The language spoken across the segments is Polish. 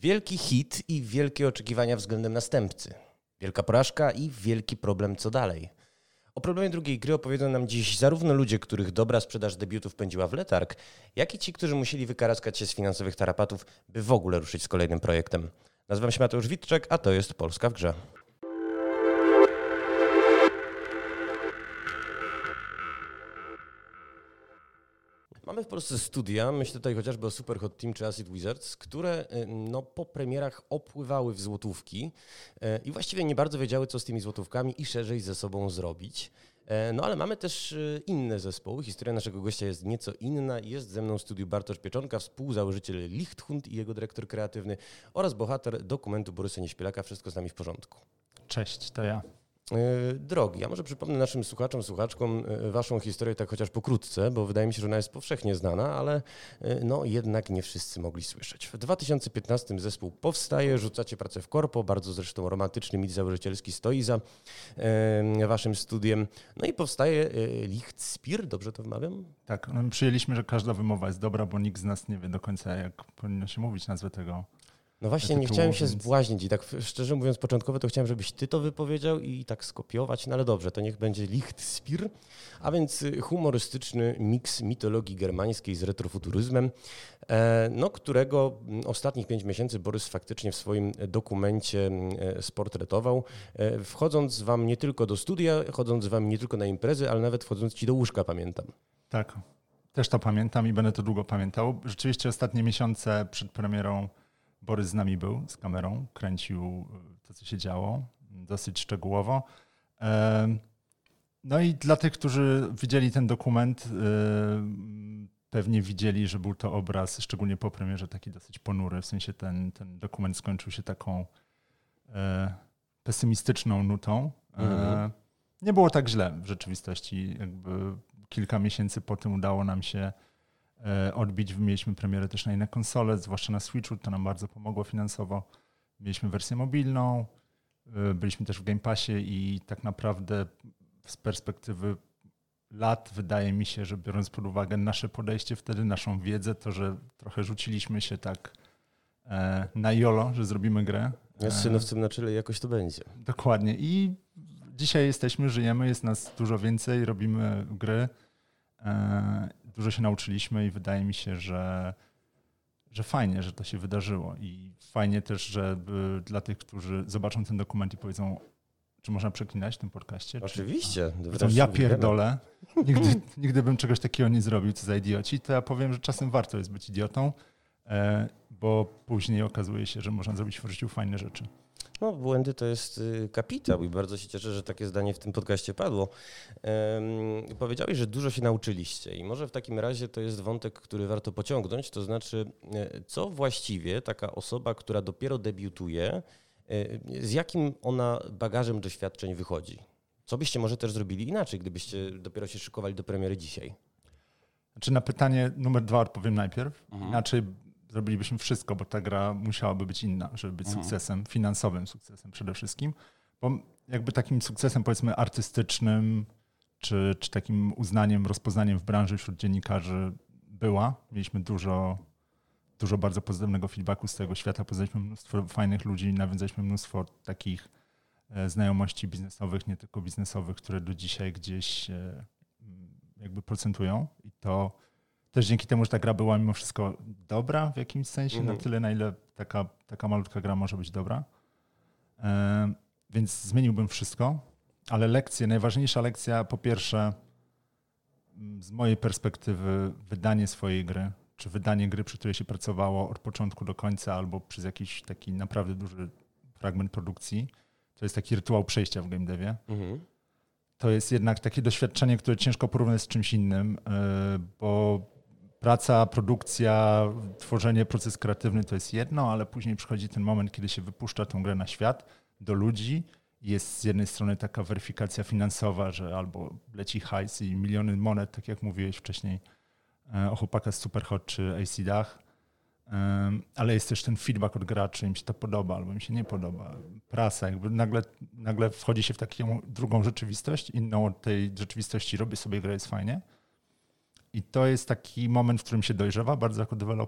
Wielki hit i wielkie oczekiwania względem następcy. Wielka porażka i wielki problem co dalej. O problemie drugiej gry opowiedzą nam dziś zarówno ludzie, których dobra sprzedaż debiutów pędziła w letarg, jak i ci, którzy musieli wykaraskać się z finansowych tarapatów, by w ogóle ruszyć z kolejnym projektem. Nazywam się Mateusz Witczek, a to jest Polska w grze. Mamy w Polsce studia, myślę tutaj chociażby o Superhot Team czy Acid Wizards, które po premierach opływały w złotówki i właściwie nie bardzo wiedziały, co z tymi złotówkami i szerzej ze sobą zrobić. No ale mamy też inne zespoły. Historia naszego gościa jest nieco inna. Jest ze mną w studiu Bartosz Pieczonka, współzałożyciel Lichthund i jego dyrektor kreatywny oraz bohater dokumentu Borysa Nieśpielaka. Wszystko z nami w porządku. Cześć, to ja. Drogi, ja może przypomnę naszym słuchaczom, słuchaczkom waszą historię tak chociaż pokrótce, bo wydaje mi się, że ona jest powszechnie znana, ale jednak nie wszyscy mogli słyszeć. W 2015 zespół powstaje, rzucacie pracę w korpo, bardzo zresztą romantyczny mit założycielski stoi za waszym studiem. No i powstaje Lichtspir, dobrze to wymawiam? Tak, my przyjęliśmy, że każda wymowa jest dobra, bo nikt z nas nie wie do końca, jak powinno się mówić nazwę tego. No właśnie, nie chciałem się zbłaźnić i tak szczerze mówiąc początkowo to chciałem, żebyś ty to wypowiedział i tak skopiować, no ale dobrze, to niech będzie Lichtspir, a więc humorystyczny miks mitologii germańskiej z retrofuturyzmem, którego ostatnich 5 miesięcy Borys faktycznie w swoim dokumencie sportretował, wchodząc wam nie tylko do studia, chodząc wam nie tylko na imprezy, ale nawet wchodząc ci do łóżka, pamiętam. Tak, też to pamiętam i będę to długo pamiętał. Rzeczywiście ostatnie miesiące przed premierą Borys z nami był, z kamerą, kręcił to, co się działo, dosyć szczegółowo. No i dla tych, którzy widzieli ten dokument, pewnie widzieli, że był to obraz, szczególnie po premierze, taki dosyć ponury. W sensie ten dokument skończył się taką pesymistyczną nutą. Nie było tak źle w rzeczywistości. Jakby kilka miesięcy po tym udało nam się odbić. Mieliśmy premierę też na inne konsole, zwłaszcza na Switchu, to nam bardzo pomogło finansowo. Mieliśmy wersję mobilną, byliśmy też w Game Passie i tak naprawdę z perspektywy lat wydaje mi się, że biorąc pod uwagę nasze podejście wtedy, naszą wiedzę, to, że trochę rzuciliśmy się tak na YOLO, że zrobimy grę. Z synowcem na czele jakoś to będzie. Dokładnie i dzisiaj jesteśmy, żyjemy, jest nas dużo więcej, robimy gry. Dużo się nauczyliśmy i wydaje mi się, że fajnie, że to się wydarzyło i fajnie też, żeby dla tych, którzy zobaczą ten dokument i powiedzą, czy można przeklinać w tym podcaście? Oczywiście. Ja pierdolę, nigdy bym czegoś takiego nie zrobił, co za idioci, to ja powiem, że czasem warto jest być idiotą, bo później okazuje się, że można zrobić w życiu fajne rzeczy. No, błędy to jest kapitał i bardzo się cieszę, że takie zdanie w tym podcaście padło. Powiedziałeś, że dużo się nauczyliście i może w takim razie to jest wątek, który warto pociągnąć, to znaczy co właściwie taka osoba, która dopiero debiutuje, z jakim ona bagażem doświadczeń wychodzi? Co byście może też zrobili inaczej, gdybyście dopiero się szykowali do premiery dzisiaj? Znaczy na pytanie numer 2 odpowiem najpierw. Inaczej zrobilibyśmy wszystko, bo ta gra musiałaby być inna, żeby być sukcesem, finansowym sukcesem przede wszystkim. Bo jakby takim sukcesem powiedzmy artystycznym, czy takim uznaniem, rozpoznaniem w branży wśród dziennikarzy była. Mieliśmy dużo bardzo pozytywnego feedbacku z tego świata. Poznaliśmy mnóstwo fajnych ludzi, nawiązaliśmy mnóstwo takich znajomości biznesowych, nie tylko biznesowych, które do dzisiaj gdzieś jakby procentują. I to też dzięki temu, że ta gra była mimo wszystko dobra w jakimś sensie, na tyle, na ile taka malutka gra może być dobra. Więc zmieniłbym wszystko, ale najważniejsza lekcja, po pierwsze, z mojej perspektywy, wydanie swojej gry, czy wydanie gry, przy której się pracowało od początku do końca, albo przez jakiś taki naprawdę duży fragment produkcji, to jest taki rytuał przejścia w game devie. To jest jednak takie doświadczenie, które ciężko porównać z czymś innym, bo praca, produkcja, tworzenie, proces kreatywny to jest jedno, ale później przychodzi ten moment, kiedy się wypuszcza tę grę na świat, do ludzi. Jest z jednej strony taka weryfikacja finansowa, że albo leci hajs i miliony monet, tak jak mówiłeś wcześniej o chłopakach z Superhot czy AC Dach, ale jest też ten feedback od graczy, im się to podoba albo im się nie podoba. Prasa, jakby nagle wchodzi się w taką drugą rzeczywistość, inną od tej rzeczywistości, robię sobie grę, jest fajnie. I to jest taki moment, w którym się dojrzewa bardzo jako deweloper.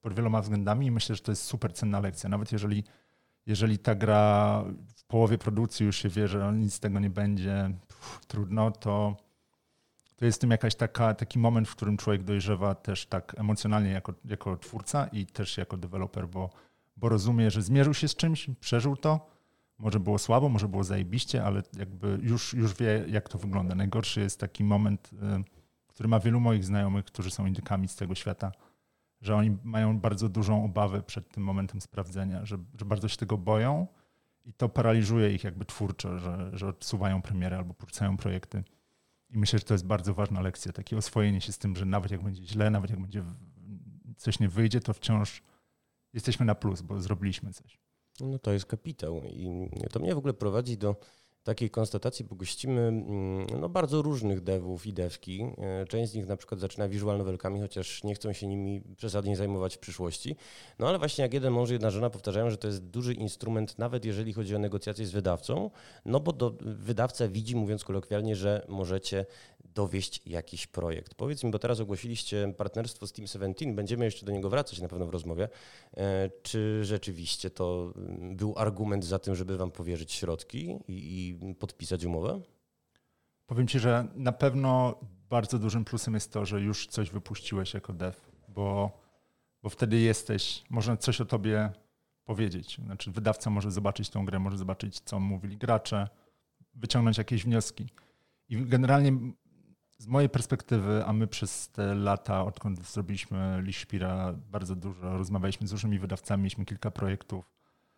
pod wieloma względami i myślę, że to jest super cenna lekcja. Nawet jeżeli ta gra w połowie produkcji już się wie, że nic z tego nie będzie, trudno, to jest w tym jakaś taki moment, w którym człowiek dojrzewa też tak emocjonalnie jako twórca i też jako deweloper, bo rozumie, że zmierzył się z czymś, przeżył to, może było słabo, może było zajebiście, ale jakby już wie, jak to wygląda. Najgorszy jest taki moment, który ma wielu moich znajomych, którzy są indykami z tego świata, że oni mają bardzo dużą obawę przed tym momentem sprawdzenia, że bardzo się tego boją i to paraliżuje ich jakby twórczo, że odsuwają premiery albo porzucają projekty. I myślę, że to jest bardzo ważna lekcja, takie oswojenie się z tym, że nawet jak będzie źle, nawet jak będzie coś nie wyjdzie, to wciąż jesteśmy na plus, bo zrobiliśmy coś. No to jest kapitał i to mnie w ogóle prowadzi do takiej konstatacji, bo gościmy bardzo różnych devów i devki. Część z nich na przykład zaczyna visual novelkami, chociaż nie chcą się nimi przesadnie zajmować w przyszłości. No ale właśnie jak jeden mąż, jedna żona powtarzają, że to jest duży instrument, nawet jeżeli chodzi o negocjacje z wydawcą, no bo wydawca widzi, mówiąc kolokwialnie, że możecie dowieść jakiś projekt. Powiedz mi, bo teraz ogłosiliście partnerstwo z Team 17, będziemy jeszcze do niego wracać na pewno w rozmowie. Czy rzeczywiście to był argument za tym, żeby wam powierzyć środki i podpisać umowę? Powiem ci, że na pewno bardzo dużym plusem jest to, że już coś wypuściłeś jako dev, bo wtedy można coś o tobie powiedzieć. Znaczy wydawca może zobaczyć tą grę, może zobaczyć, co mówili gracze, wyciągnąć jakieś wnioski. I generalnie z mojej perspektywy, a my przez te lata, odkąd zrobiliśmy Lichspira bardzo dużo, rozmawialiśmy z różnymi wydawcami, mieliśmy kilka projektów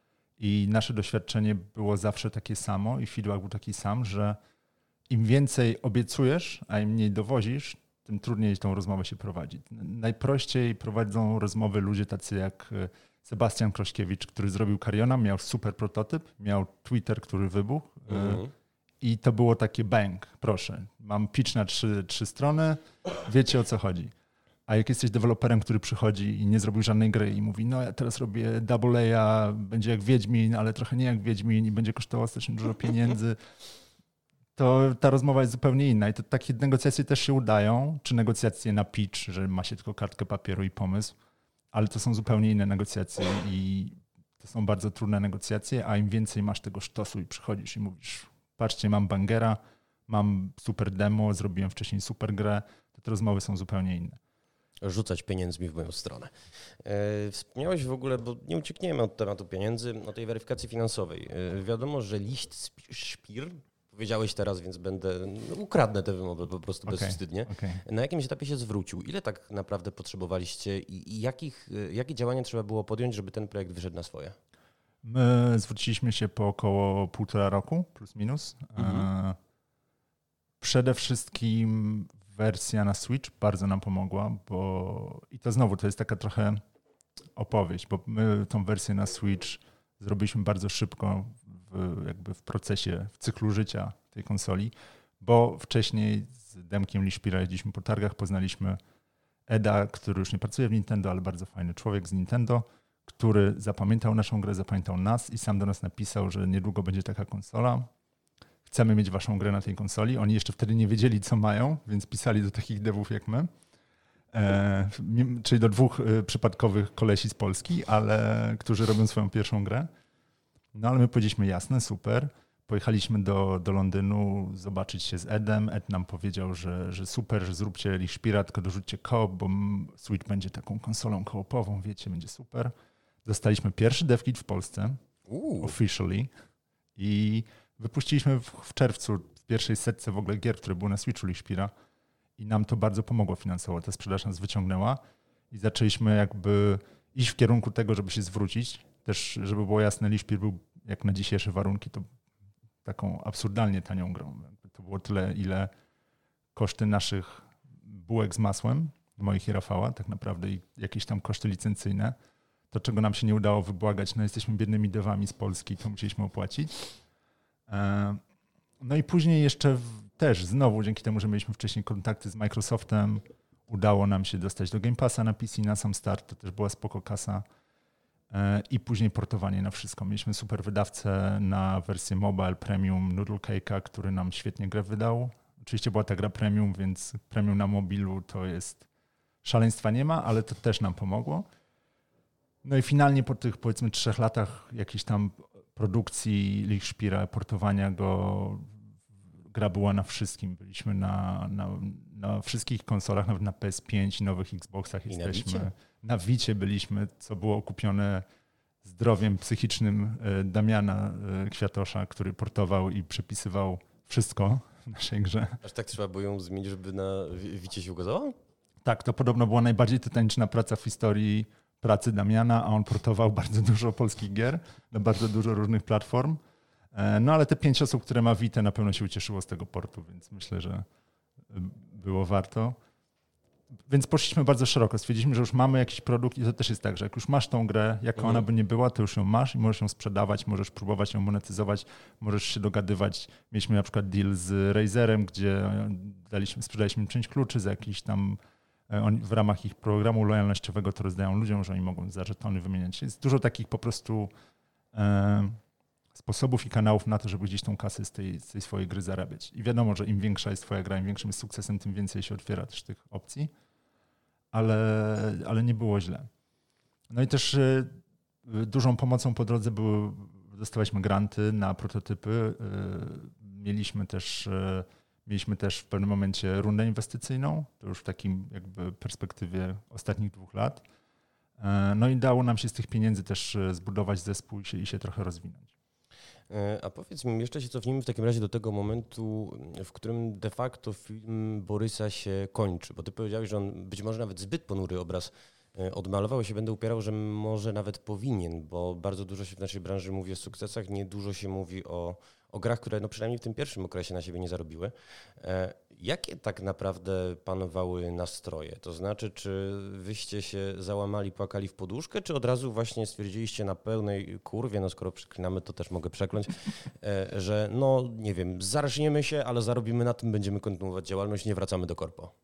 i nasze doświadczenie było zawsze takie samo i feedback był taki sam, że im więcej obiecujesz, a im mniej dowozisz, tym trudniej tą rozmowę się prowadzi. Najprościej prowadzą rozmowy ludzie tacy jak Sebastian Krośkiewicz, który zrobił Carriona, miał super prototyp, miał Twitter, który wybuchł. I to było takie bang, proszę, mam pitch na trzy strony, wiecie o co chodzi. A jak jesteś deweloperem, który przychodzi i nie zrobił żadnej gry i mówi, no ja teraz robię double A, będzie jak Wiedźmin, ale trochę nie jak Wiedźmin i będzie kosztowało strasznie dużo pieniędzy, to ta rozmowa jest zupełnie inna. I to takie negocjacje też się udają, czy negocjacje na pitch, że ma się tylko kartkę papieru i pomysł, ale to są zupełnie inne negocjacje i to są bardzo trudne negocjacje, a im więcej masz tego sztosu i przychodzisz i mówisz, patrzcie, mam bangera, mam super demo, zrobiłem wcześniej super grę, to te rozmowy są zupełnie inne. Rzucać pieniędzmi w moją stronę. Wspomniałeś w ogóle, bo nie uciekniemy od tematu pieniędzy, o tej weryfikacji finansowej. Wiadomo, że Lichspir, powiedziałeś teraz, więc ukradnę tę wymowę po prostu bezwstydnie. Na jakimś etapie się zwrócił? Ile tak naprawdę potrzebowaliście i jakie działania trzeba było podjąć, żeby ten projekt wyszedł na swoje? My zwróciliśmy się po około 1,5 roku, plus minus. Przede wszystkim wersja na Switch bardzo nam pomogła, i to znowu to jest taka trochę opowieść, bo my tą wersję na Switch zrobiliśmy bardzo szybko w procesie, w cyklu życia tej konsoli, bo wcześniej z demkiem Lichspira jeździliśmy po targach, poznaliśmy Eda, który już nie pracuje w Nintendo, ale bardzo fajny człowiek z Nintendo, który zapamiętał naszą grę, zapamiętał nas i sam do nas napisał, że niedługo będzie taka konsola. Chcemy mieć waszą grę na tej konsoli. Oni jeszcze wtedy nie wiedzieli, co mają, więc pisali do takich devów jak my. Czyli do 2 przypadkowych kolesi z Polski, którzy robią swoją pierwszą grę. No ale my powiedzieliśmy, jasne, super. Pojechaliśmy do Londynu zobaczyć się z Edem. Ed nam powiedział, że super, że zróbcie Lichspira, tylko dorzućcie koop, bo Switch będzie taką konsolą koopową, wiecie, będzie super. Dostaliśmy pierwszy dev kit w Polsce, officially, i wypuściliśmy w czerwcu w pierwszej setce w ogóle gier, które były na Switchu Lichspira i nam to bardzo pomogło finansowo. Ta sprzedaż nas wyciągnęła i zaczęliśmy jakby iść w kierunku tego, żeby się zwrócić. Też, żeby było jasne, Lichspir był jak na dzisiejsze warunki, to taką absurdalnie tanią grą. To było tyle, ile koszty naszych bułek z masłem, moich i Rafała tak naprawdę i jakieś tam koszty licencyjne. To, czego nam się nie udało wybłagać, no jesteśmy biednymi devami z Polski, to musieliśmy opłacić. No i później jeszcze też znowu, dzięki temu, że mieliśmy wcześniej kontakty z Microsoftem, udało nam się dostać do Game Passa na PC na sam start, to też była spoko kasa. I później portowanie na wszystko. Mieliśmy super wydawcę na wersję mobile premium Noodle Cake'a, który nam świetnie grę wydał. Oczywiście była ta gra premium, więc premium na mobilu to jest szaleństwa nie ma, ale to też nam pomogło. No i finalnie po tych, powiedzmy, 3 latach jakiejś tam produkcji Lichspiela, portowania go, gra była na wszystkim. Byliśmy na wszystkich konsolach, nawet na PS5 i nowych Xboxach jesteśmy. Na Vicie byliśmy, co było okupione zdrowiem psychicznym Damiana Kwiatosza, który portował i przepisywał wszystko w naszej grze. Aż tak trzeba było ją zmienić, żeby na Vicie się ukazała? Tak, to podobno była najbardziej tytaniczna praca w historii pracy Damiana, a on portował bardzo dużo polskich gier na bardzo dużo różnych platform. No ale te 5 osób, które ma Vita, na pewno się ucieszyło z tego portu, więc myślę, że było warto. Więc poszliśmy bardzo szeroko. Stwierdziliśmy, że już mamy jakiś produkt i to też jest tak, że jak już masz tą grę, jaka ona by nie była, to już ją masz i możesz ją sprzedawać, możesz próbować ją monetyzować, możesz się dogadywać. Mieliśmy na przykład deal z Razerem, gdzie sprzedaliśmy część kluczy za jakiś tam, w ramach ich programu lojalnościowego to rozdają ludziom, że oni mogą za żetony wymieniać. Jest dużo takich po prostu sposobów i kanałów na to, żeby gdzieś tą kasę z tej swojej gry zarabiać. I wiadomo, że im większa jest twoja gra, im większym jest sukcesem, tym więcej się otwiera też tych opcji, ale nie było źle. No i też dużą pomocą po drodze dostawaliśmy granty na prototypy. Mieliśmy też w pewnym momencie rundę inwestycyjną, to już w takim jakby perspektywie ostatnich 2 lat. No i dało nam się z tych pieniędzy też zbudować zespół i się trochę rozwinąć. A powiedz mi, jeszcze się cofnijmy w takim razie do tego momentu, w którym de facto film Borysa się kończy, bo ty powiedziałeś, że on być może nawet zbyt ponury obraz odmalował i się będę upierał, że może nawet powinien, bo bardzo dużo się w naszej branży mówi o sukcesach, nie dużo się mówi o grach, które no przynajmniej w tym pierwszym okresie na siebie nie zarobiły. Jakie tak naprawdę panowały nastroje? To znaczy, czy wyście się załamali, płakali w poduszkę, czy od razu właśnie stwierdziliście na pełnej kurwie, no skoro przeklinamy, to też mogę przekląć, że no nie wiem, zarażniemy się, ale zarobimy na tym, będziemy kontynuować działalność, nie wracamy do korpo?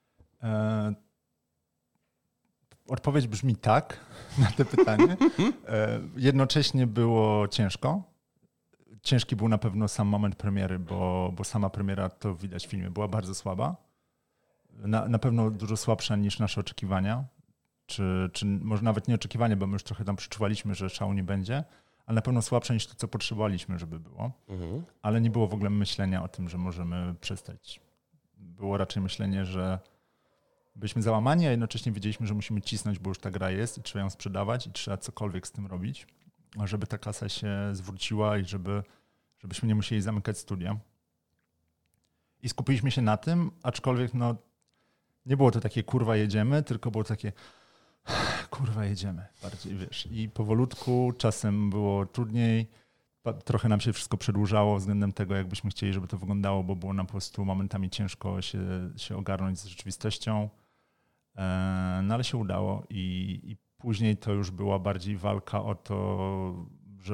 Odpowiedź brzmi tak na to pytanie. Jednocześnie było ciężko. Ciężki był na pewno sam moment premiery, bo sama premiera, to widać w filmie, była bardzo słaba. Na pewno dużo słabsza niż nasze oczekiwania. Czy może nawet nie oczekiwania, bo my już trochę tam przeczuwaliśmy, że szału nie będzie, ale na pewno słabsza niż to, co potrzebowaliśmy, żeby było. Ale nie było w ogóle myślenia o tym, że możemy przestać. Było raczej myślenie, że byliśmy załamani, a jednocześnie wiedzieliśmy, że musimy cisnąć, bo już ta gra jest i trzeba ją sprzedawać i trzeba cokolwiek z tym robić, żeby ta kasa się zwróciła i żebyśmy nie musieli zamykać studia. I skupiliśmy się na tym, aczkolwiek no, nie było to takie kurwa jedziemy, tylko było takie kurwa jedziemy bardziej, wiesz. I powolutku, czasem było trudniej, trochę nam się wszystko przedłużało względem tego, jakbyśmy chcieli, żeby to wyglądało, bo było nam po prostu momentami ciężko się ogarnąć z rzeczywistością. No ale się udało i później to już była bardziej walka o to,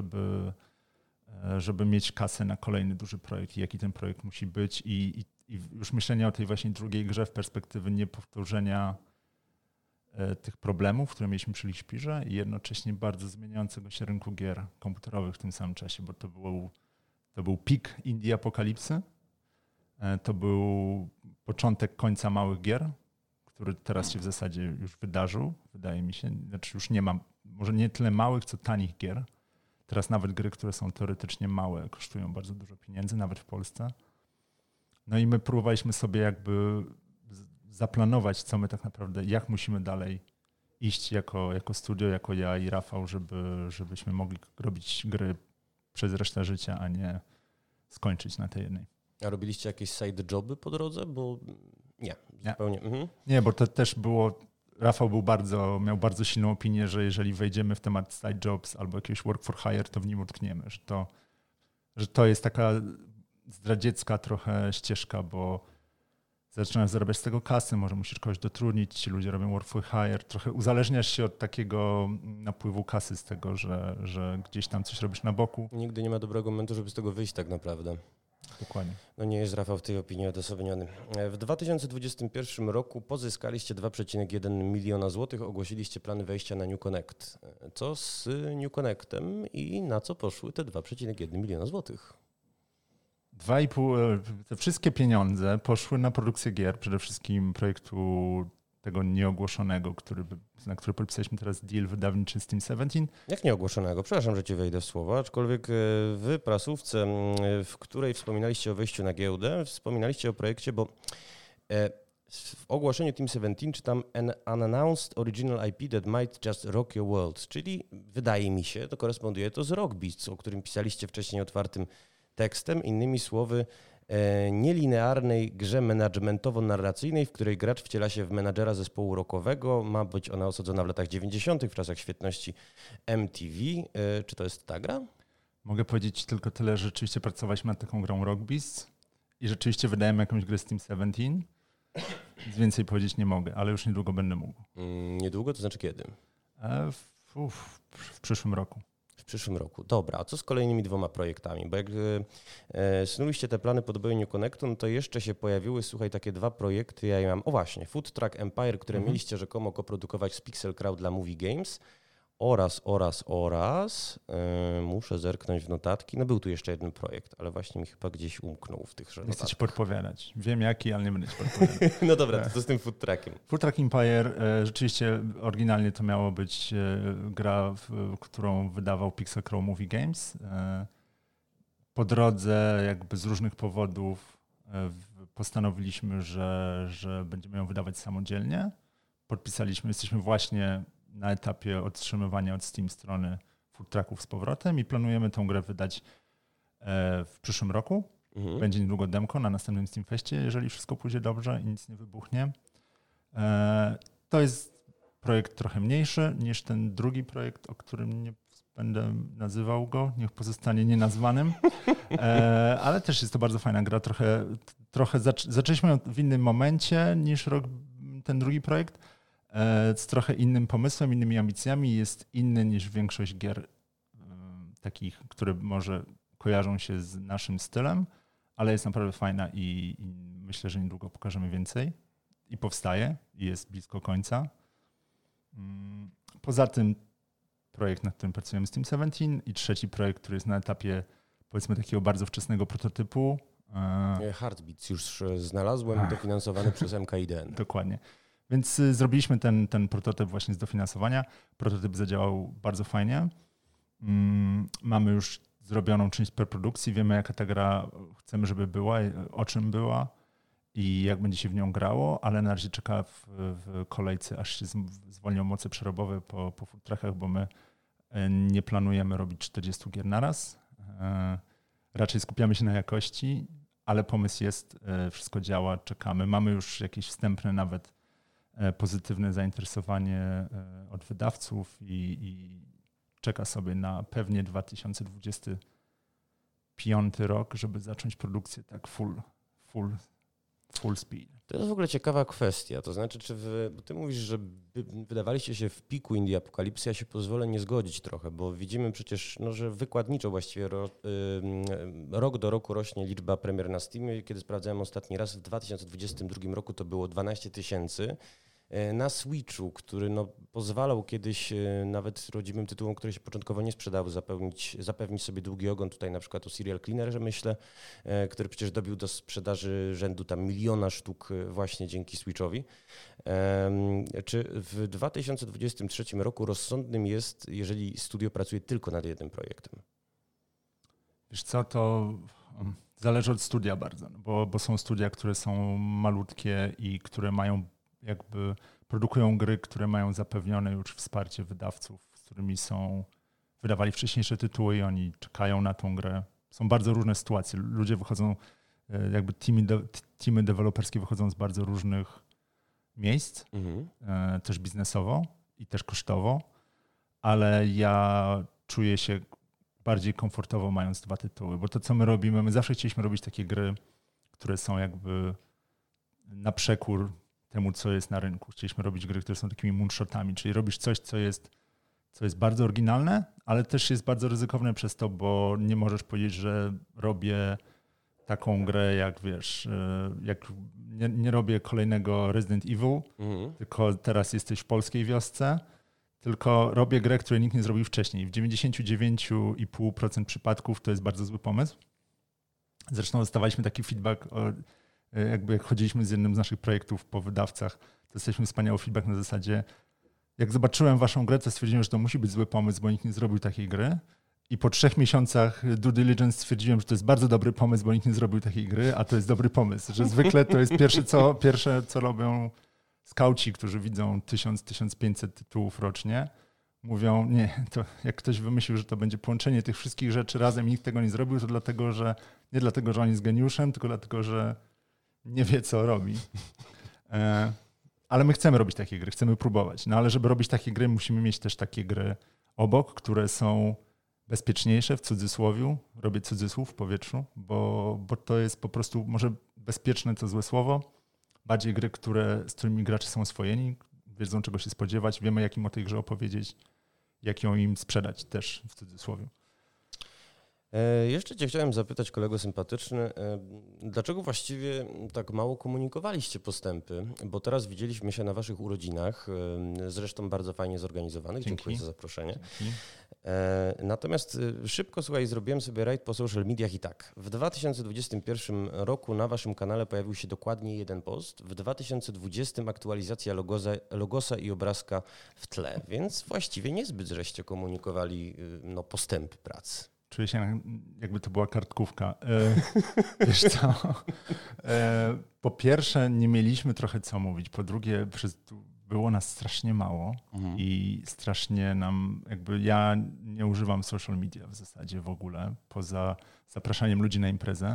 żeby mieć kasę na kolejny duży projekt i jaki ten projekt musi być i już myślenie o tej właśnie drugiej grze w perspektywie niepowtórzenia tych problemów, które mieliśmy przy Lichspirze i jednocześnie bardzo zmieniającego się rynku gier komputerowych w tym samym czasie, bo to był pik indie apokalipsy, to był początek końca małych gier, który teraz się w zasadzie już wydarzył, wydaje mi się. Znaczy już nie ma, może nie tyle małych, co tanich gier. Teraz nawet gry, które są teoretycznie małe, kosztują bardzo dużo pieniędzy, nawet w Polsce. No i my próbowaliśmy sobie jakby zaplanować, co my tak naprawdę, jak musimy dalej iść jako studio, jako ja i Rafał, żebyśmy mogli robić gry przez resztę życia, a nie skończyć na tej jednej. A robiliście jakieś side joby po drodze? Bo nie. Zupełnie. Nie, bo to też było, Rafał miał bardzo silną opinię, że jeżeli wejdziemy w temat side jobs albo jakiegoś work for hire, to w nim utkniemy, że to jest taka zdradziecka trochę ścieżka, bo zaczynasz zarabiać z tego kasy, może musisz kogoś dotrudnić, ci ludzie robią work for hire, trochę uzależniasz się od takiego napływu kasy z tego, że gdzieś tam coś robisz na boku. Nigdy nie ma dobrego momentu, żeby z tego wyjść tak naprawdę. Dokładnie. No nie jest Rafał w tej opinii odosobniony. W 2021 roku pozyskaliście 2,1 miliona złotych, ogłosiliście plany wejścia na New Connect. Co z New Connectem i na co poszły te 2,1 miliona złotych? 2,5, te wszystkie pieniądze poszły na produkcję gier, przede wszystkim projektu tego nieogłoszonego, na który podpisaliśmy teraz deal wydawniczy z Team 17. Jak nieogłoszonego? Przepraszam, że ci wejdę w słowo, aczkolwiek w prasówce, w której wspominaliście o wejściu na giełdę, wspominaliście o projekcie, bo w ogłoszeniu Team 17 czytam an unannounced original IP that might just rock your world, czyli wydaje mi się, to koresponduje to z Rockbeasts, o którym pisaliście wcześniej otwartym tekstem, innymi słowy, nielinearnej grze managementowo-narracyjnej, w której gracz wciela się w menadżera zespołu rockowego. Ma być ona osadzona w latach 90., w czasach świetności MTV. Czy to jest ta gra? Mogę powiedzieć tylko tyle, że rzeczywiście pracowaliśmy nad taką grą Rockbeasts i rzeczywiście wydajemy jakąś grę z Team 17. Nic więcej powiedzieć nie mogę, ale już niedługo będę mógł. Niedługo? To znaczy kiedy? W przyszłym roku. W przyszłym roku. Dobra, a co z kolejnymi 2 projektami? Bo jak snuliście te plany po dobyciu Connectu, no to jeszcze się pojawiły, słuchaj, takie 2 projekty. Ja je mam, o właśnie, Food Truck Empire, które mieliście rzekomo koprodukować z Pixel Crowd dla Movie Games oraz muszę zerknąć w notatki. No był tu jeszcze jeden projekt, ale właśnie mi chyba gdzieś umknął w tychże notatkach. Nie chcę ci podpowiadać. Wiem jaki, ale nie będę ci podpowiadał. No dobra, to z tym Food Truckiem. Food Truck Empire, rzeczywiście oryginalnie to miało być gra, którą wydawał Pixel Crow Movie Games. Po drodze jakby z różnych powodów postanowiliśmy, że będziemy ją wydawać samodzielnie. Jesteśmy właśnie na etapie otrzymywania od Steam strony Food Trucków z powrotem i planujemy tą grę wydać w przyszłym roku. Będzie niedługo demko na następnym Steam Festie, jeżeli wszystko pójdzie dobrze i nic nie wybuchnie. To jest projekt trochę mniejszy niż ten drugi projekt, o którym nie będę nazywał go, niech pozostanie nienazwanym, ale też jest to bardzo fajna gra. Zaczęliśmy ją w innym momencie niż ten drugi projekt, z trochę innym pomysłem, innymi ambicjami. Jest inny niż większość gier takich, które może kojarzą się z naszym stylem, ale jest naprawdę fajna i myślę, że niedługo pokażemy więcej. I powstaje, i jest blisko końca. Poza tym projekt, nad którym pracujemy z Team 17 i trzeci projekt, który jest na etapie powiedzmy takiego bardzo wczesnego prototypu. Heartbeats już znalazłem, dofinansowany przez MKIDN. Dokładnie. Więc zrobiliśmy ten prototyp właśnie z dofinansowania. Prototyp zadziałał bardzo fajnie. Mamy już zrobioną część preprodukcji. Wiemy, jaka ta gra chcemy, żeby była, o czym była i jak będzie się w nią grało, ale na razie czeka w kolejce, aż się zwolnią moce przerobowe po food truckach, bo my nie planujemy robić 40 gier naraz. Raczej skupiamy się na jakości, ale pomysł jest, wszystko działa, czekamy. Mamy już jakieś wstępne nawet pozytywne zainteresowanie od wydawców i czeka sobie na pewnie 2025 rok, żeby zacząć produkcję tak full speed. To jest w ogóle ciekawa kwestia. To znaczy, bo ty mówisz, że wydawaliście się w piku Indie Apokalipsy, ja się pozwolę nie zgodzić trochę, bo widzimy przecież, że wykładniczo właściwie rok do roku rośnie liczba premier na Steamie. Kiedy sprawdzałem ostatni raz, w 2022 roku to było 12 000. Na Switchu, który pozwalał kiedyś nawet rodzimym tytułom, które się początkowo nie sprzedały, zapewnić sobie długi ogon. Tutaj na przykład o Serial Cleanerze myślę, który przecież dobił do sprzedaży rzędu tam 1 000 000 sztuk właśnie dzięki Switchowi. Czy w 2023 roku rozsądnym jest, jeżeli studio pracuje tylko nad jednym projektem? Wiesz co, to zależy od studia bardzo, bo są studia, które są malutkie i które mają produkują gry, które mają zapewnione już wsparcie wydawców, z którymi wydawali wcześniejsze tytuły i oni czekają na tą grę. Są bardzo różne sytuacje. Ludzie wychodzą, teamy deweloperskie wychodzą z bardzo różnych miejsc, też biznesowo i też kosztowo, ale ja czuję się bardziej komfortowo mając 2 tytuły, bo to co my robimy, my zawsze chcieliśmy robić takie gry, które są na przekór temu, co jest na rynku. Chcieliśmy robić gry, które są takimi moonshotami, czyli robisz coś, co jest bardzo oryginalne, ale też jest bardzo ryzykowne przez to, bo nie możesz powiedzieć, że robię taką grę, nie robię kolejnego Resident Evil, tylko teraz jesteś w polskiej wiosce, tylko robię grę, której nikt nie zrobił wcześniej. W 99,5% przypadków to jest bardzo zły pomysł. Zresztą dostawaliśmy taki feedback jakby jak chodziliśmy z jednym z naszych projektów po wydawcach, to jesteśmy wspaniały feedback na zasadzie, jak zobaczyłem waszą grę, to stwierdziłem, że to musi być zły pomysł, bo nikt nie zrobił takiej gry. I po 3 miesiącach due diligence stwierdziłem, że to jest bardzo dobry pomysł, bo nikt nie zrobił takiej gry, a to jest dobry pomysł. Że zwykle to jest pierwsze, co robią skauci, którzy widzą 1000-1500 tytułów rocznie. Mówią, nie, to jak ktoś wymyślił, że to będzie połączenie tych wszystkich rzeczy razem i nikt tego nie zrobił, to nie dlatego, że on jest geniuszem, tylko dlatego, że nie wie, co robi. Ale my chcemy robić takie gry, chcemy próbować. No ale żeby robić takie gry, musimy mieć też takie gry obok, które są bezpieczniejsze, w cudzysłowiu, robię cudzysłów w powietrzu, bo to jest po prostu, może bezpieczne to złe słowo, bardziej gry, z którymi gracze są oswojeni, wiedzą czego się spodziewać, wiemy jak im o tej grze opowiedzieć, jak ją im sprzedać też w cudzysłowie. Jeszcze cię chciałem zapytać, kolego sympatyczny, dlaczego właściwie tak mało komunikowaliście postępy? Bo teraz widzieliśmy się na waszych urodzinach, zresztą bardzo fajnie zorganizowanych. Dzięki. Dziękuję za zaproszenie. Dzięki. Natomiast szybko, słuchaj, zrobiłem sobie rajd po social mediach i tak. W 2021 roku na waszym kanale pojawił się dokładnie 1 post, w 2020 aktualizacja logosa i obrazka w tle, więc właściwie niezbyt żeście komunikowali postępy pracy. Czuję się, jakby to była kartkówka. Wiesz co? Po pierwsze, nie mieliśmy trochę co mówić. Po drugie, było nas strasznie mało i strasznie ja nie używam social media w zasadzie w ogóle, poza zapraszaniem ludzi na imprezę.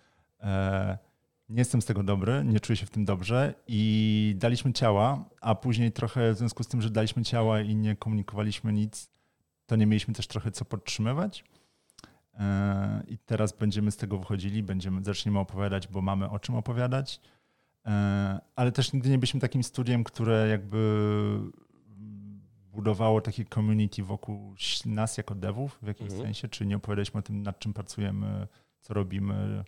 Nie jestem z tego dobry, nie czuję się w tym dobrze i daliśmy ciała, a później trochę w związku z tym, że daliśmy ciała i nie komunikowaliśmy nic, to nie mieliśmy też trochę co podtrzymywać. I teraz będziemy z tego wychodzili, zaczniemy opowiadać, bo mamy o czym opowiadać, ale też nigdy nie byliśmy takim studiem, które jakby budowało takie community wokół nas jako devów w jakimś sensie, czyli nie opowiadaliśmy o tym, nad czym pracujemy, co robimy.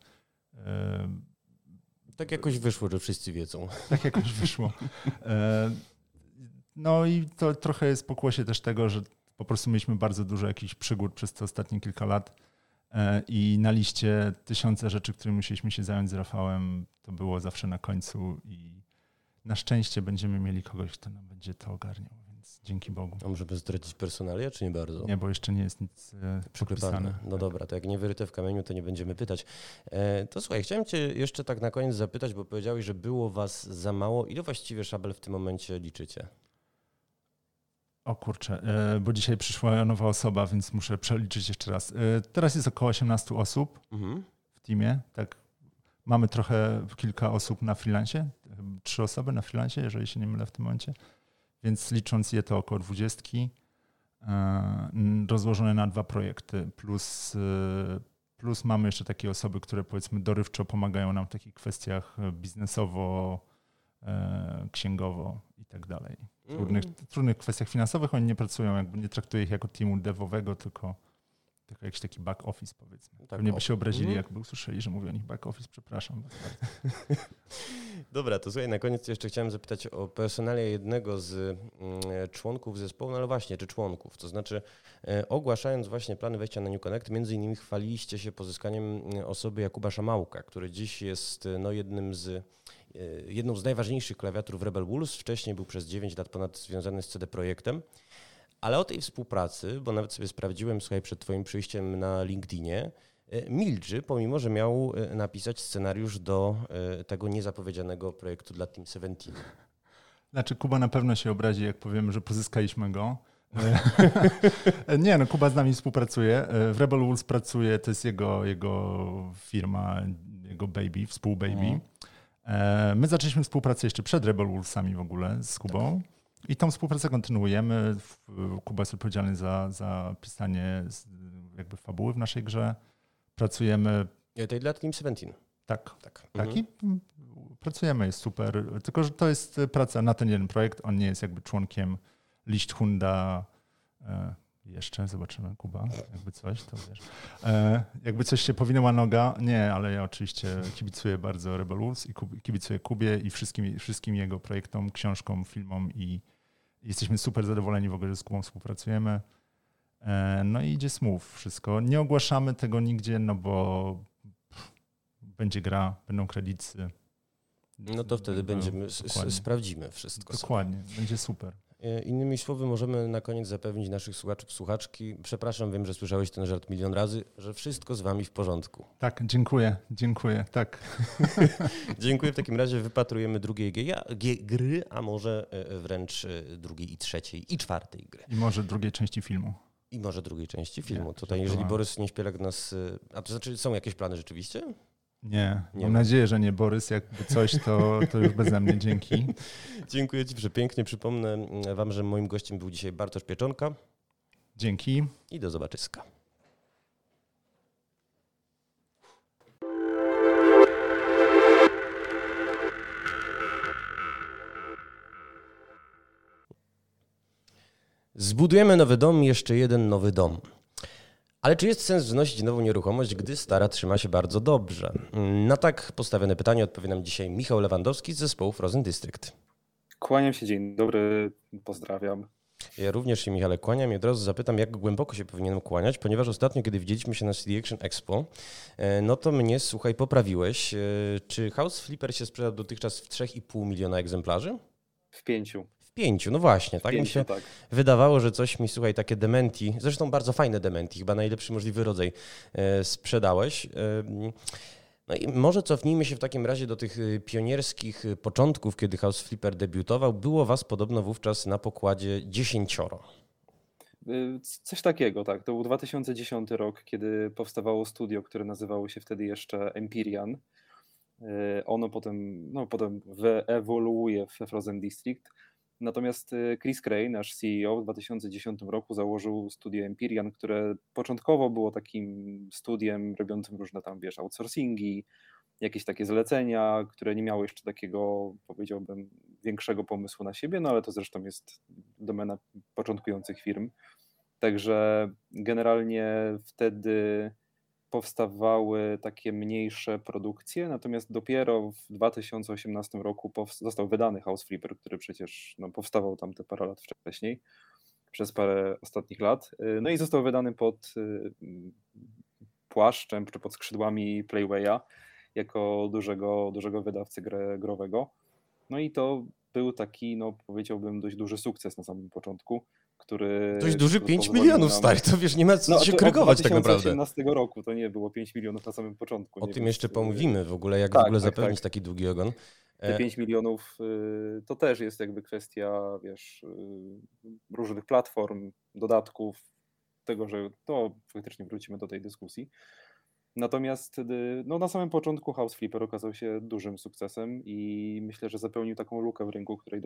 Tak jakoś wyszło, że wszyscy wiedzą. Tak jakoś wyszło. No i to trochę jest pokłosie też tego, że po prostu mieliśmy bardzo dużo jakichś przygód przez te ostatnie kilka lat i na liście 1000 rzeczy, którymi musieliśmy się zająć z Rafałem, to było zawsze na końcu i na szczęście będziemy mieli kogoś, kto nam będzie to ogarniał, więc dzięki Bogu. A może by zdradzić personalia, czy nie bardzo? Nie, bo jeszcze nie jest nic podpisane. No tak. Dobra, to jak nie wyryte w kamieniu, to nie będziemy pytać. To słuchaj, chciałem cię jeszcze tak na koniec zapytać, bo powiedziałeś, że było was za mało. Ile właściwie szabel w tym momencie liczycie? O kurczę, bo dzisiaj przyszła nowa osoba, więc muszę przeliczyć jeszcze raz. Teraz jest około 18 osób w teamie. Tak. Mamy kilka osób na freelancie, 3 osoby na freelancie, jeżeli się nie mylę w tym momencie. Więc licząc je to około 20, rozłożone na 2 projekty. Plus mamy jeszcze takie osoby, które powiedzmy dorywczo pomagają nam w takich kwestiach biznesowo, księgowo i tak dalej. Trudnych kwestiach finansowych oni nie pracują, jakby nie traktuję ich jako teamu devowego, tylko jakiś taki back office powiedzmy. Tak, pewnie by się obrazili, jakby usłyszeli, że mówię o nich back office, przepraszam. Dobra, to słuchaj, na koniec jeszcze chciałem zapytać o personalia jednego z członków zespołu, no ale właśnie, czy członków, to znaczy ogłaszając właśnie plany wejścia na New Connect, między innymi chwaliliście się pozyskaniem osoby Jakuba Szamałka, który dziś jest jedną z najważniejszych klawiatur w Rebel Wolves. Wcześniej był przez 9 lat ponad związany z CD Projektem. Ale o tej współpracy, bo nawet sobie sprawdziłem, słuchaj, przed twoim przyjściem na LinkedInie, milczy, pomimo że miał napisać scenariusz do tego niezapowiedzianego projektu dla Team 17. Znaczy Kuba na pewno się obrazi, jak powiem, że pozyskaliśmy go. Nie, Kuba z nami współpracuje. W Rebel Wolves pracuje, to jest jego firma, jego baby, współbaby. My zaczęliśmy współpracę jeszcze przed Rebel Wolvesami w ogóle z Kubą i tą współpracę kontynuujemy. Kuba jest odpowiedzialny za pisanie jakby fabuły w naszej grze. Pracujemy... Tej dla Team 17. Tak. I pracujemy, jest super. Tylko, że to jest praca na ten jeden projekt. On nie jest jakby członkiem Lichthunda. Jeszcze zobaczymy, Kuba, jakby coś, to wiesz. Jakby coś się powinęła noga, nie, ale ja oczywiście kibicuję bardzo Rebel Wolves i kibicuję Kubie i wszystkim jego projektom, książkom, filmom i jesteśmy super zadowoleni w ogóle, że z Kubą współpracujemy. No i idzie smooth wszystko. Nie ogłaszamy tego nigdzie, no bo będzie gra, będą kredyty. No to wtedy będziemy, sprawdzimy wszystko. Dokładnie, będzie super. Innymi słowy, możemy na koniec zapewnić naszych słuchaczy, słuchaczki, przepraszam, wiem, że słyszałeś ten żart milion razy, że wszystko z wami w porządku. Tak, dziękuję, tak. Dziękuję, w takim razie wypatrujemy drugiej gry, a może wręcz drugiej i trzeciej i czwartej gry. I może drugiej części filmu. Nie, tutaj, jeżeli Borys Nieśpielak nas... A to znaczy, są jakieś plany rzeczywiście? Nie, mam nadzieję, że nie, Borys. Jakby coś, to już beze mnie. Dzięki. Dziękuję ci przepięknie. Przypomnę wam, że moim gościem był dzisiaj Bartosz Pieczonka. Dzięki. I do zobaczyska. Zbudujemy nowy dom, jeszcze jeden nowy dom. Ale czy jest sens wznosić nową nieruchomość, gdy stara trzyma się bardzo dobrze? Na tak postawione pytanie odpowie nam dzisiaj Michał Lewandowski z zespołu Frozen District. Kłaniam się, dzień dobry, pozdrawiam. Ja również się, Michale, kłaniam i od razu zapytam, jak głęboko się powinienem kłaniać, ponieważ ostatnio, kiedy widzieliśmy się na CD Action Expo, no to mnie, słuchaj, poprawiłeś. Czy House Flipper się sprzedał dotychczas w 3,5 miliona egzemplarzy? W 5. W 5, no właśnie, tak 5, mi się tak wydawało, że coś mi, słuchaj, takie dementi, zresztą bardzo fajne dementi, chyba najlepszy możliwy rodzaj sprzedałeś. No i może cofnijmy się w takim razie do tych pionierskich początków, kiedy House Flipper debiutował. Było was podobno wówczas na pokładzie 10. Coś takiego, tak. To był 2010 rok, kiedy powstawało studio, które nazywało się wtedy jeszcze Empyrean. Ono potem wyewoluuje w Frozen District. Natomiast Chris Cray, nasz CEO, w 2010 roku założył studio Empyrean, które początkowo było takim studiem robiącym różne tam, outsourcingi, jakieś takie zlecenia, które nie miały jeszcze takiego, powiedziałbym, większego pomysłu na siebie, no ale to zresztą jest domena początkujących firm. Także generalnie wtedy powstawały takie mniejsze produkcje, natomiast dopiero w 2018 roku został wydany House Flipper, który przecież powstawał tam te parę lat wcześniej, przez parę ostatnich lat. No i został wydany pod płaszczem, czy pod skrzydłami Playwaya, jako dużego wydawcy growego. No i to był taki, powiedziałbym, dość duży sukces na samym początku, który... Dość duży 5 milionów, stary, to wiesz, nie ma co się krygować tak naprawdę. 2018 roku to nie było 5 milionów na samym początku. O tym jeszcze pomówimy w ogóle, jak w ogóle zapewnić taki długi ogon. Te 5 milionów to też jest jakby kwestia, różnych platform, dodatków, tego, że to faktycznie wrócimy do tej dyskusji. Natomiast na samym początku House Flipper okazał się dużym sukcesem i myślę, że zapełnił taką lukę w rynku, która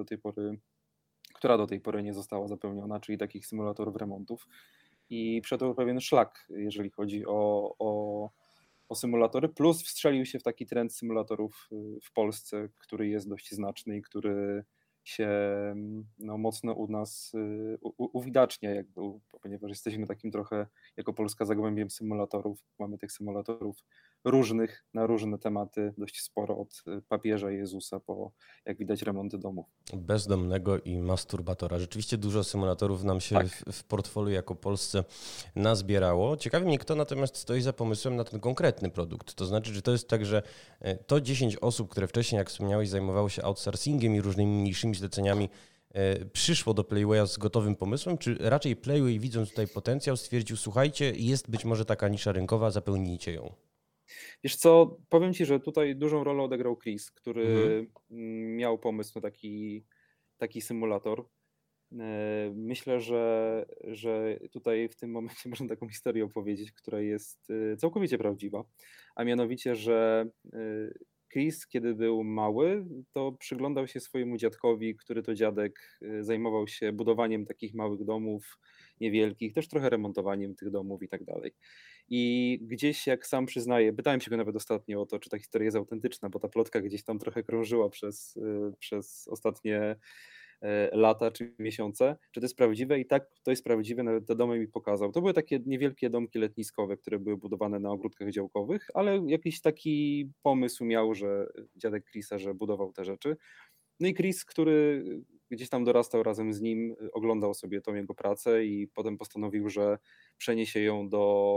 do tej pory nie została zapełniona, czyli takich symulatorów remontów. I przebył pewien szlak, jeżeli chodzi o symulatory, plus wstrzelił się w taki trend symulatorów w Polsce, który jest dość znaczny i który się mocno u nas uwidacznia, ponieważ jesteśmy takim trochę jako Polska zagłębiem symulatorów. Mamy tych symulatorów różnych, na różne tematy, dość sporo, od papieża Jezusa po, jak widać, remonty domów. Bezdomnego i masturbatora. Rzeczywiście dużo symulatorów nam się w portfolio jako Polsce nazbierało. Ciekawi mnie, kto natomiast stoi za pomysłem na ten konkretny produkt. To znaczy, czy to jest tak, że to 10 osób, które wcześniej, jak wspomniałeś, zajmowało się outsourcingiem i różnymi mniejszymi zleceniami, przyszło do Playwaya z gotowym pomysłem, czy raczej Playway, widząc tutaj potencjał, stwierdził, słuchajcie, jest być może taka nisza rynkowa, zapełnijcie ją? Wiesz co, powiem Ci, że tutaj dużą rolę odegrał Chris, który miał pomysł na taki symulator. Myślę, że tutaj w tym momencie można taką historię opowiedzieć, która jest całkowicie prawdziwa, a mianowicie, że Chris, kiedy był mały, to przyglądał się swojemu dziadkowi, który to dziadek zajmował się budowaniem takich małych domów, niewielkich, też trochę remontowaniem tych domów i tak dalej. I gdzieś, jak sam przyznaje, pytałem się go nawet ostatnio o to, czy ta historia jest autentyczna, bo ta plotka gdzieś tam trochę krążyła przez ostatnie lata czy miesiące, czy to jest prawdziwe, i tak to jest prawdziwe, nawet te domy mi pokazał. To były takie niewielkie domki letniskowe, które były budowane na ogródkach działkowych, ale jakiś taki pomysł miał, że dziadek Chrisa, że budował te rzeczy. No i Chris, który gdzieś tam dorastał razem z nim, oglądał sobie tą jego pracę i potem postanowił, że przeniesie ją do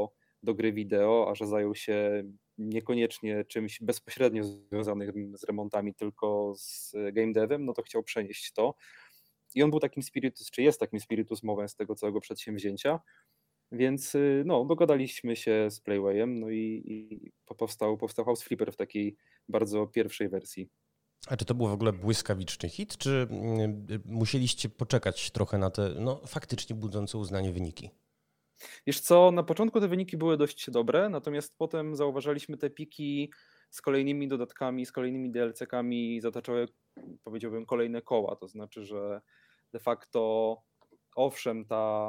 do gry wideo, a że zajął się niekoniecznie czymś bezpośrednio związanym z remontami, tylko z game devem, no to chciał przenieść to. I on był takim spiritus, czy jest takim spiritus movens z tego całego przedsięwzięcia. Więc no, dogadaliśmy się z Playwayem, no i powstał House Flipper w takiej bardzo pierwszej wersji. A czy to był w ogóle błyskawiczny hit, czy musieliście poczekać trochę na te faktycznie budzące uznanie wyniki? Wiesz co, na początku te wyniki były dość dobre, natomiast potem zauważaliśmy te piki z kolejnymi dodatkami, z kolejnymi DLC-kami zataczały, powiedziałbym, kolejne koła. To znaczy, że de facto owszem,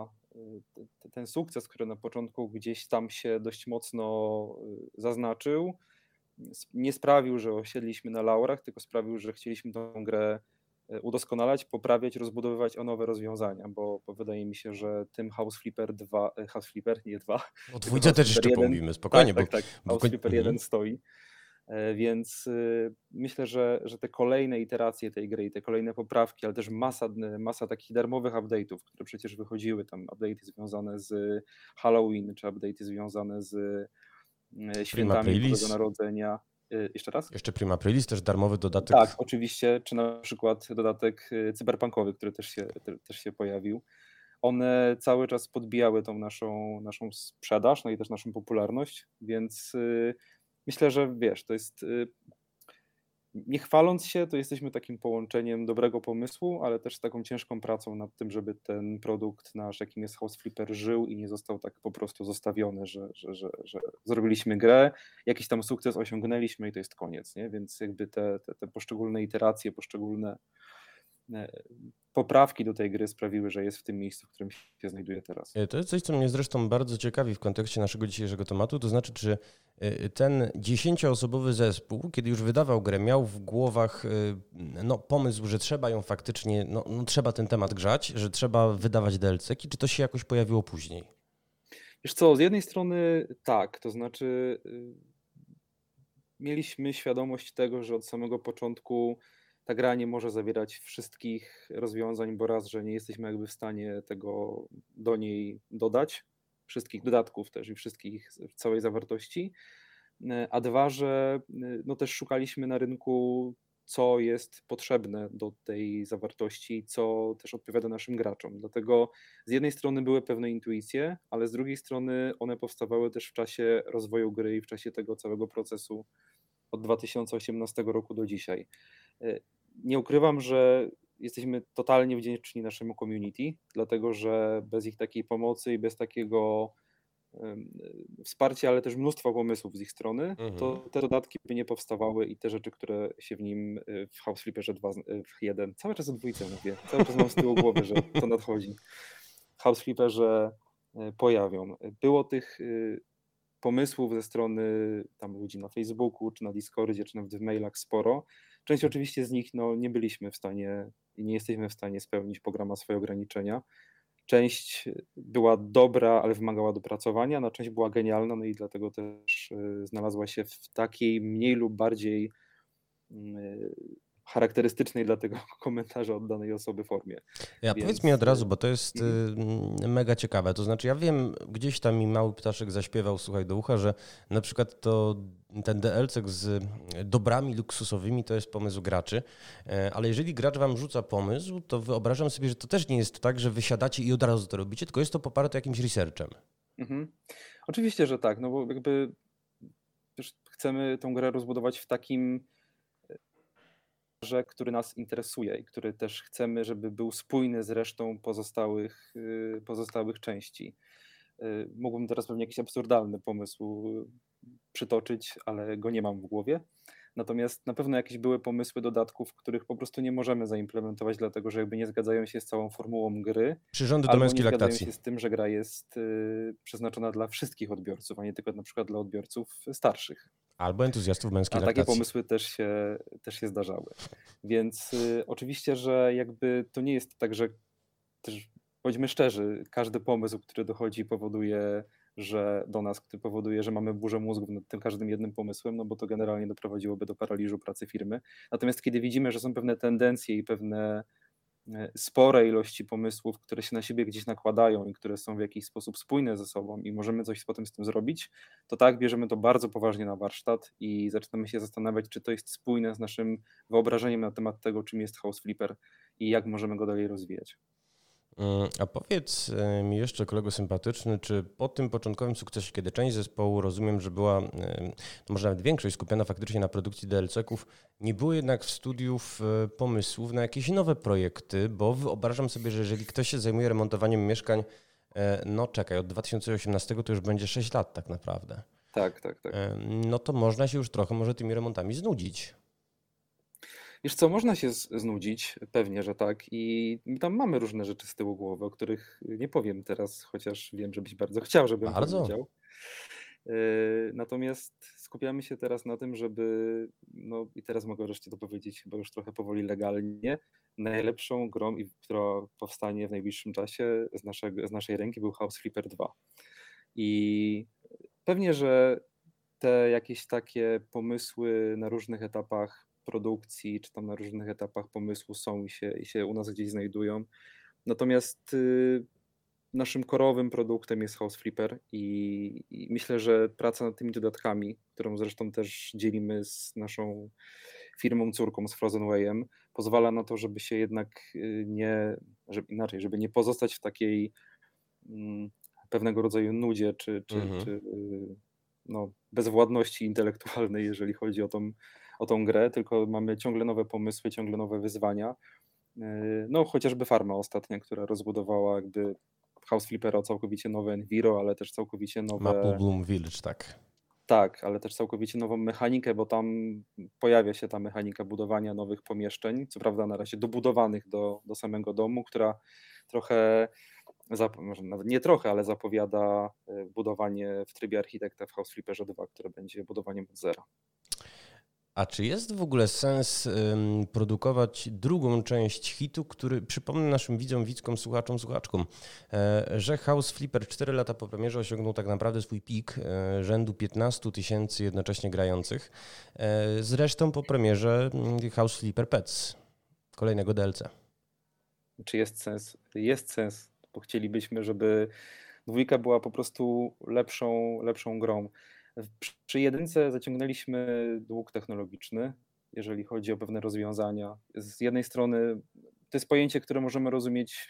ten sukces, który na początku gdzieś tam się dość mocno zaznaczył, nie sprawił, że osiedliśmy na laurach, tylko sprawił, że chcieliśmy tę grę udoskonalać, poprawiać, rozbudowywać o nowe rozwiązania, bo wydaje mi się, że tym House Flipper 2, House Flipper, nie 2. O dwójce też jeszcze pomówimy, spokojnie. Tak, House Flipper 1 stoi. Więc myślę, że te kolejne iteracje tej gry i te kolejne poprawki, ale też masa takich darmowych update'ów, które przecież wychodziły, tam update'y związane z Halloween, czy update'y związane z świętami Bożego Narodzenia. Jeszcze raz? Jeszcze Prima Aprilis, też darmowy dodatek. Tak, oczywiście, czy na przykład dodatek cyberpunkowy, który też się pojawił. One cały czas podbijały tą naszą sprzedaż, no i też naszą popularność, więc myślę, że wiesz, to jest, nie chwaląc się, to jesteśmy takim połączeniem dobrego pomysłu, ale też taką ciężką pracą nad tym, żeby ten produkt nasz, jakim jest House Flipper, żył i nie został tak po prostu zostawiony, że zrobiliśmy grę, jakiś tam sukces osiągnęliśmy i to jest koniec, nie? Więc jakby te poszczególne iteracje, poszczególne poprawki do tej gry sprawiły, że jest w tym miejscu, w którym się znajduje teraz. To jest coś, co mnie zresztą bardzo ciekawi w kontekście naszego dzisiejszego tematu, to znaczy, czy ten 10-osobowy zespół, kiedy już wydawał grę, miał w głowach pomysł, że trzeba ją faktycznie, trzeba ten temat grzać, że trzeba wydawać DLC-ki, czy to się jakoś pojawiło później? Wiesz co, z jednej strony tak, to znaczy mieliśmy świadomość tego, że od samego początku ta gra nie może zawierać wszystkich rozwiązań, bo raz, że nie jesteśmy jakby w stanie tego do niej dodać, wszystkich dodatków też i całej zawartości, a dwa, że no też szukaliśmy na rynku, co jest potrzebne do tej zawartości, co też odpowiada naszym graczom. Dlatego z jednej strony były pewne intuicje, ale z drugiej strony one powstawały też w czasie rozwoju gry i w czasie tego całego procesu od 2018 roku do dzisiaj. Nie ukrywam, że jesteśmy totalnie wdzięczni naszemu community, dlatego że bez ich takiej pomocy i bez takiego wsparcia, ale też mnóstwa pomysłów z ich strony, to te dodatki by nie powstawały i te rzeczy, które się w nim w House Flipperze 2, w 1, cały czas o dwójce mówię, cały czas mam z tyłu głowy, że to nadchodzi, w House Flipperze pojawią. Było tych pomysłów ze strony tam ludzi na Facebooku, czy na Discordzie, czy nawet w mailach sporo. Część oczywiście z nich nie byliśmy w stanie i nie jesteśmy w stanie spełnić, bo gra ma swoje ograniczenia. Część była dobra, ale wymagała dopracowania, a część była genialna, no i dlatego też znalazła się w takiej mniej lub bardziej charakterystycznej dla tego komentarza od danej osoby formie. Powiedz mi od razu, bo to jest mega ciekawe. To znaczy ja wiem, gdzieś tam mi mały ptaszek zaśpiewał, słuchaj do ucha, że na przykład ten DLC z dobrami luksusowymi to jest pomysł graczy, ale jeżeli gracz wam rzuca pomysł, to wyobrażam sobie, że to też nie jest tak, że wysiadacie i od razu to robicie, tylko jest to poparte jakimś researchem. Oczywiście, że tak, no bo jakby też chcemy tą grę rozbudować w takim który nas interesuje i który też chcemy, żeby był spójny z resztą pozostałych części. Mógłbym teraz pewnie jakiś absurdalny pomysł przytoczyć, ale go nie mam w głowie. Natomiast na pewno jakieś były pomysły dodatków, których po prostu nie możemy zaimplementować, dlatego że jakby nie zgadzają się z całą formułą gry. Przyrządy do męskiej laktacji. Nie zgadzają się z tym, że gra jest przeznaczona dla wszystkich odbiorców, a nie tylko na przykład dla odbiorców starszych. Albo entuzjastów męskiej laktacji. Takie pomysły też się zdarzały. Więc oczywiście, że jakby to nie jest tak, że też bądźmy szczerzy, każdy pomysł, który dochodzi powoduje, że mamy burzę mózgów nad tym każdym jednym pomysłem, no bo to generalnie doprowadziłoby do paraliżu pracy firmy. Natomiast kiedy widzimy, że są pewne tendencje i pewne spore ilości pomysłów, które się na siebie gdzieś nakładają i które są w jakiś sposób spójne ze sobą i możemy coś potem z tym zrobić, to tak, bierzemy to bardzo poważnie na warsztat i zaczynamy się zastanawiać, czy to jest spójne z naszym wyobrażeniem na temat tego, czym jest House Flipper i jak możemy go dalej rozwijać. A powiedz mi jeszcze, kolego sympatyczny, czy po tym początkowym sukcesie, kiedy część zespołu, rozumiem, że była, może nawet większość skupiona faktycznie na produkcji DLC-ków, nie było jednak w studiów pomysłów na jakieś nowe projekty, bo wyobrażam sobie, że jeżeli ktoś się zajmuje remontowaniem mieszkań, no czekaj, od 2018 to już będzie 6 lat tak naprawdę. Tak. No to można się już trochę może tymi remontami znudzić. Wiesz co, można się znudzić, pewnie, że tak. I tam mamy różne rzeczy z tyłu głowy, o których nie powiem teraz, chociaż wiem, żebyś bardzo chciał, żebym powiedział. Natomiast skupiamy się teraz na tym, żeby, no i teraz mogę wreszcie to powiedzieć chyba już trochę powoli legalnie, najlepszą grą, która powstanie w najbliższym czasie z naszej ręki był House Flipper 2. I pewnie, że te jakieś takie pomysły na różnych etapach produkcji, czy tam na różnych etapach pomysłu są i się u nas gdzieś znajdują. Natomiast naszym korowym produktem jest House Flipper i myślę, że praca nad tymi dodatkami, którą zresztą też dzielimy z naszą firmą córką, z Frozen Wayem, pozwala na to, żeby się jednak żeby nie pozostać w takiej pewnego rodzaju nudzie, czy no, bezwładności intelektualnej, jeżeli chodzi o tą grę, tylko mamy ciągle nowe pomysły, ciągle nowe wyzwania. No chociażby Farma ostatnia, która rozbudowała jakby House Flippera o całkowicie nowe Enviro, ale też całkowicie nowe... Maple Bloom Village, tak. Tak, ale też całkowicie nową mechanikę, bo tam pojawia się ta mechanika budowania nowych pomieszczeń, co prawda na razie dobudowanych do samego domu, która trochę, może nawet nie trochę, ale zapowiada budowanie w trybie architekta w House Flipperze 2, które będzie budowaniem od zera. A czy jest w ogóle sens produkować drugą część hitu, który, przypomnę naszym widzom, słuchaczom, słuchaczkom, że House Flipper 4 lata po premierze osiągnął tak naprawdę swój pik rzędu 15 000 jednocześnie grających. Zresztą po premierze House Flipper Pets, kolejnego DLC. Czy jest sens? Jest sens, bo chcielibyśmy, żeby dwójka była po prostu lepszą grą. Przy jedynce zaciągnęliśmy dług technologiczny, jeżeli chodzi o pewne rozwiązania. Z jednej strony to jest pojęcie, które możemy rozumieć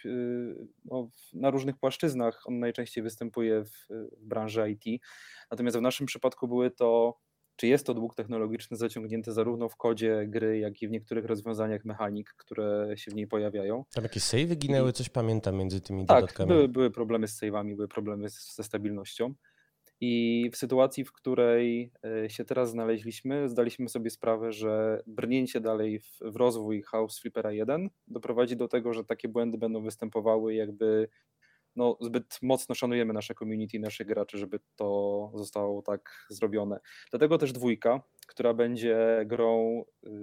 na różnych płaszczyznach. On najczęściej występuje w branży IT. Natomiast w naszym przypadku jest to dług technologiczny zaciągnięty zarówno w kodzie gry, jak i w niektórych rozwiązaniach mechanik, które się w niej pojawiają. Tam jakieś save'y ginęły, coś pamiętam między tymi dodatkami. Tak, były problemy z save'ami, były problemy ze stabilnością. I w sytuacji, w której się teraz znaleźliśmy, zdaliśmy sobie sprawę, że brnięcie dalej w rozwój House Flippera 1 doprowadzi do tego, że takie błędy będą występowały, jakby zbyt mocno szanujemy nasze community, naszych graczy, żeby to zostało tak zrobione. Dlatego też dwójka, która będzie grą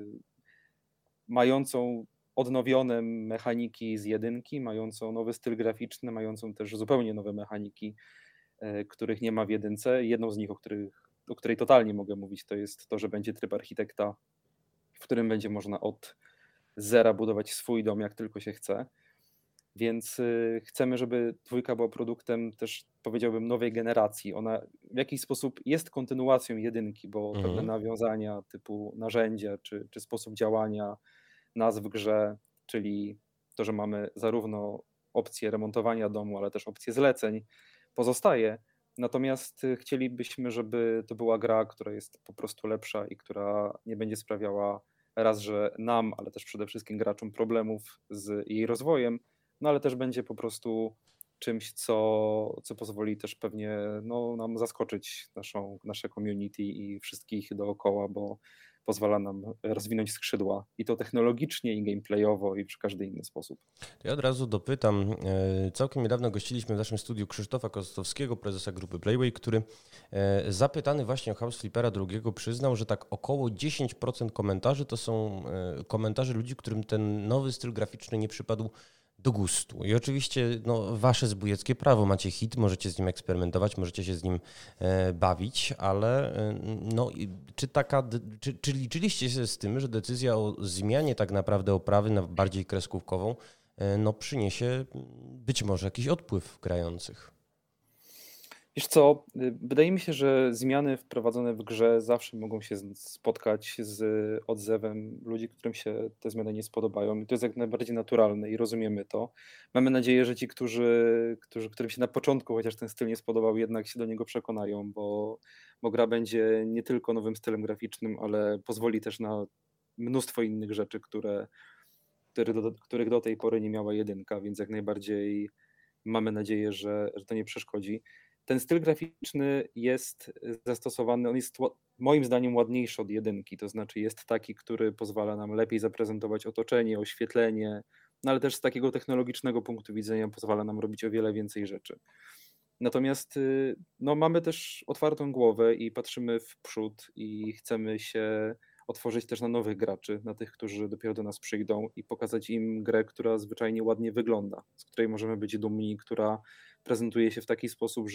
mającą odnowione mechaniki z jedynki, mającą nowy styl graficzny, mającą też zupełnie nowe mechaniki, których nie ma w jedynce. Jedną z nich, o której totalnie mogę mówić, to jest to, że będzie tryb architekta, w którym będzie można od zera budować swój dom, jak tylko się chce. Więc chcemy, żeby dwójka była produktem też, powiedziałbym, nowej generacji. Ona w jakiś sposób jest kontynuacją jedynki, bo pewne nawiązania typu narzędzia czy sposób działania, nazw w grze, czyli to, że mamy zarówno opcję remontowania domu, ale też opcję zleceń, pozostaje. Natomiast chcielibyśmy, żeby to była gra, która jest po prostu lepsza i która nie będzie sprawiała raz, że nam, ale też przede wszystkim graczom problemów z jej rozwojem, ale też będzie po prostu czymś, co pozwoli też pewnie nam zaskoczyć nasze community i wszystkich dookoła, bo pozwala nam rozwinąć skrzydła i to technologicznie, i gameplayowo, i w każdy inny sposób. Ja od razu dopytam. Całkiem niedawno gościliśmy w naszym studiu Krzysztofa Kostowskiego, prezesa grupy Playway, który zapytany właśnie o House Flippera II przyznał, że tak około 10% komentarzy to są komentarze ludzi, którym ten nowy styl graficzny nie przypadł do gustu. I oczywiście wasze zbójeckie prawo, macie hit, możecie z nim eksperymentować, możecie się z nim bawić, ale czy liczyliście się z tym, że decyzja o zmianie tak naprawdę oprawy na bardziej kreskówkową no przyniesie być może jakiś odpływ grających. Wiesz co, wydaje mi się, że zmiany wprowadzone w grze zawsze mogą się spotkać z odzewem ludzi, którym się te zmiany nie spodobają. I to jest jak najbardziej naturalne i rozumiemy to. Mamy nadzieję, że ci, którym się na początku chociaż ten styl nie spodobał, jednak się do niego przekonają, bo gra będzie nie tylko nowym stylem graficznym, ale pozwoli też na mnóstwo innych rzeczy, których do tej pory nie miała jedynka, więc jak najbardziej mamy nadzieję, że to nie przeszkodzi. Ten styl graficzny jest zastosowany, on jest moim zdaniem ładniejszy od jedynki, to znaczy jest taki, który pozwala nam lepiej zaprezentować otoczenie, oświetlenie, no ale też z takiego technologicznego punktu widzenia pozwala nam robić o wiele więcej rzeczy. Natomiast no, mamy też otwartą głowę i patrzymy w przód i chcemy się otworzyć też na nowych graczy, na tych, którzy dopiero do nas przyjdą i pokazać im grę, która zwyczajnie ładnie wygląda, z której możemy być dumni, która prezentuje się w taki sposób,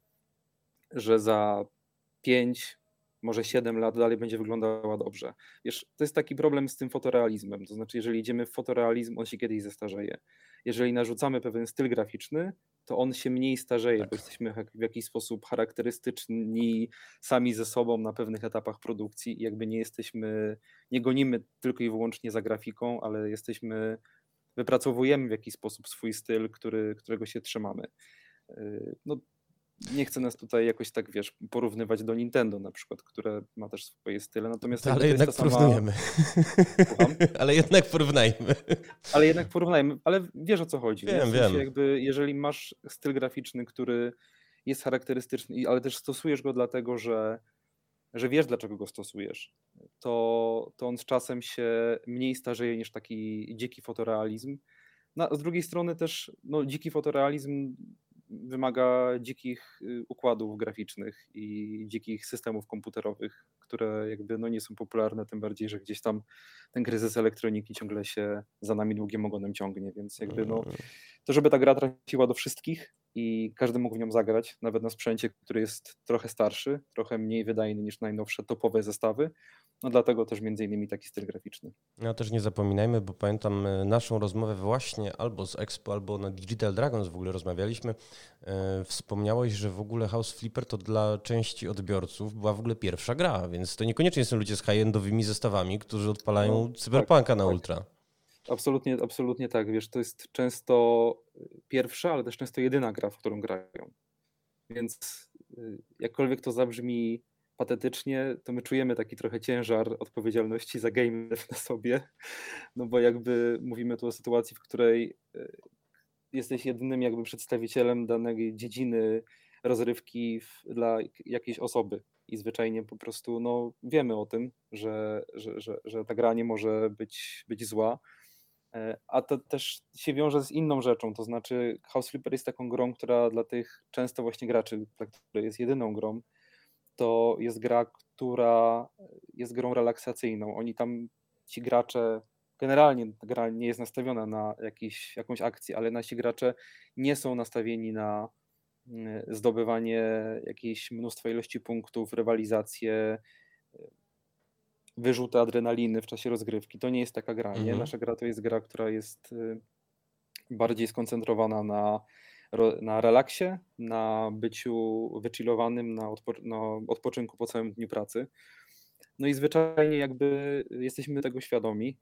że za 5, może 7 lat dalej będzie wyglądała dobrze. Wiesz, to jest taki problem z tym fotorealizmem, to znaczy jeżeli idziemy w fotorealizm, on się kiedyś zestarzeje. Jeżeli narzucamy pewien styl graficzny, to on się mniej starzeje, bo jesteśmy w jakiś sposób charakterystyczni sami ze sobą na pewnych etapach produkcji i jakby nie gonimy tylko i wyłącznie za grafiką, ale wypracowujemy w jakiś sposób swój styl, którego się trzymamy. No, nie chcę nas tutaj jakoś tak, wiesz, porównywać do Nintendo na przykład, które ma też swoje style, natomiast... Ale jednak porównujemy. Ale jednak porównajmy. Ale wiesz o co chodzi. Wiem. Jakby, jeżeli masz styl graficzny, który jest charakterystyczny, ale też stosujesz go dlatego, że wiesz, dlaczego go stosujesz, to on z czasem się mniej starzeje niż taki dziki fotorealizm. No, a z drugiej strony też no, dziki fotorealizm wymaga dzikich układów graficznych i dzikich systemów komputerowych, które jakby no nie są popularne, tym bardziej, że gdzieś tam ten kryzys elektroniki ciągle się za nami długim ogonem ciągnie, więc jakby no to, żeby ta gra trafiła do wszystkich i każdy mógł w nią zagrać, nawet na sprzęcie, który jest trochę starszy, trochę mniej wydajny niż najnowsze topowe zestawy, no dlatego też między innymi taki styl graficzny. No też nie zapominajmy, bo pamiętam naszą rozmowę właśnie albo z Expo, albo na Digital Dragons w ogóle rozmawialiśmy. Wspomniałeś, że w ogóle House Flipper to dla części odbiorców była w ogóle pierwsza gra, więc to niekoniecznie są ludzie z high-endowymi zestawami, którzy odpalają Cyberpunka na ultra. Absolutnie tak, wiesz, to jest często pierwsza, ale też często jedyna gra, w którą grają. Więc jakkolwiek to zabrzmi patetycznie, to my czujemy taki trochę ciężar odpowiedzialności za game dev na sobie, no bo jakby mówimy tu o sytuacji, w której jesteś jedynym jakby przedstawicielem danej dziedziny rozrywki dla jakiejś osoby i zwyczajnie po prostu no, wiemy o tym, że ta gra nie może być zła, a to też się wiąże z inną rzeczą, to znaczy House Flipper jest taką grą, która dla tych często właśnie graczy, dla której jest jedyną grą, to jest gra, która jest grą relaksacyjną. Oni tam, ci gracze, generalnie gra nie jest nastawiona na jakąś akcję, ale nasi gracze nie są nastawieni na zdobywanie jakiejś mnóstwa ilości punktów, rywalizację, wyrzuty adrenaliny w czasie rozgrywki. To nie jest taka gra. Nie? Nasza gra to jest gra, która jest bardziej skoncentrowana na relaksie, na byciu wychillowanym, na odpoczynku po całym dniu pracy. No i zwyczajnie jakby jesteśmy tego świadomi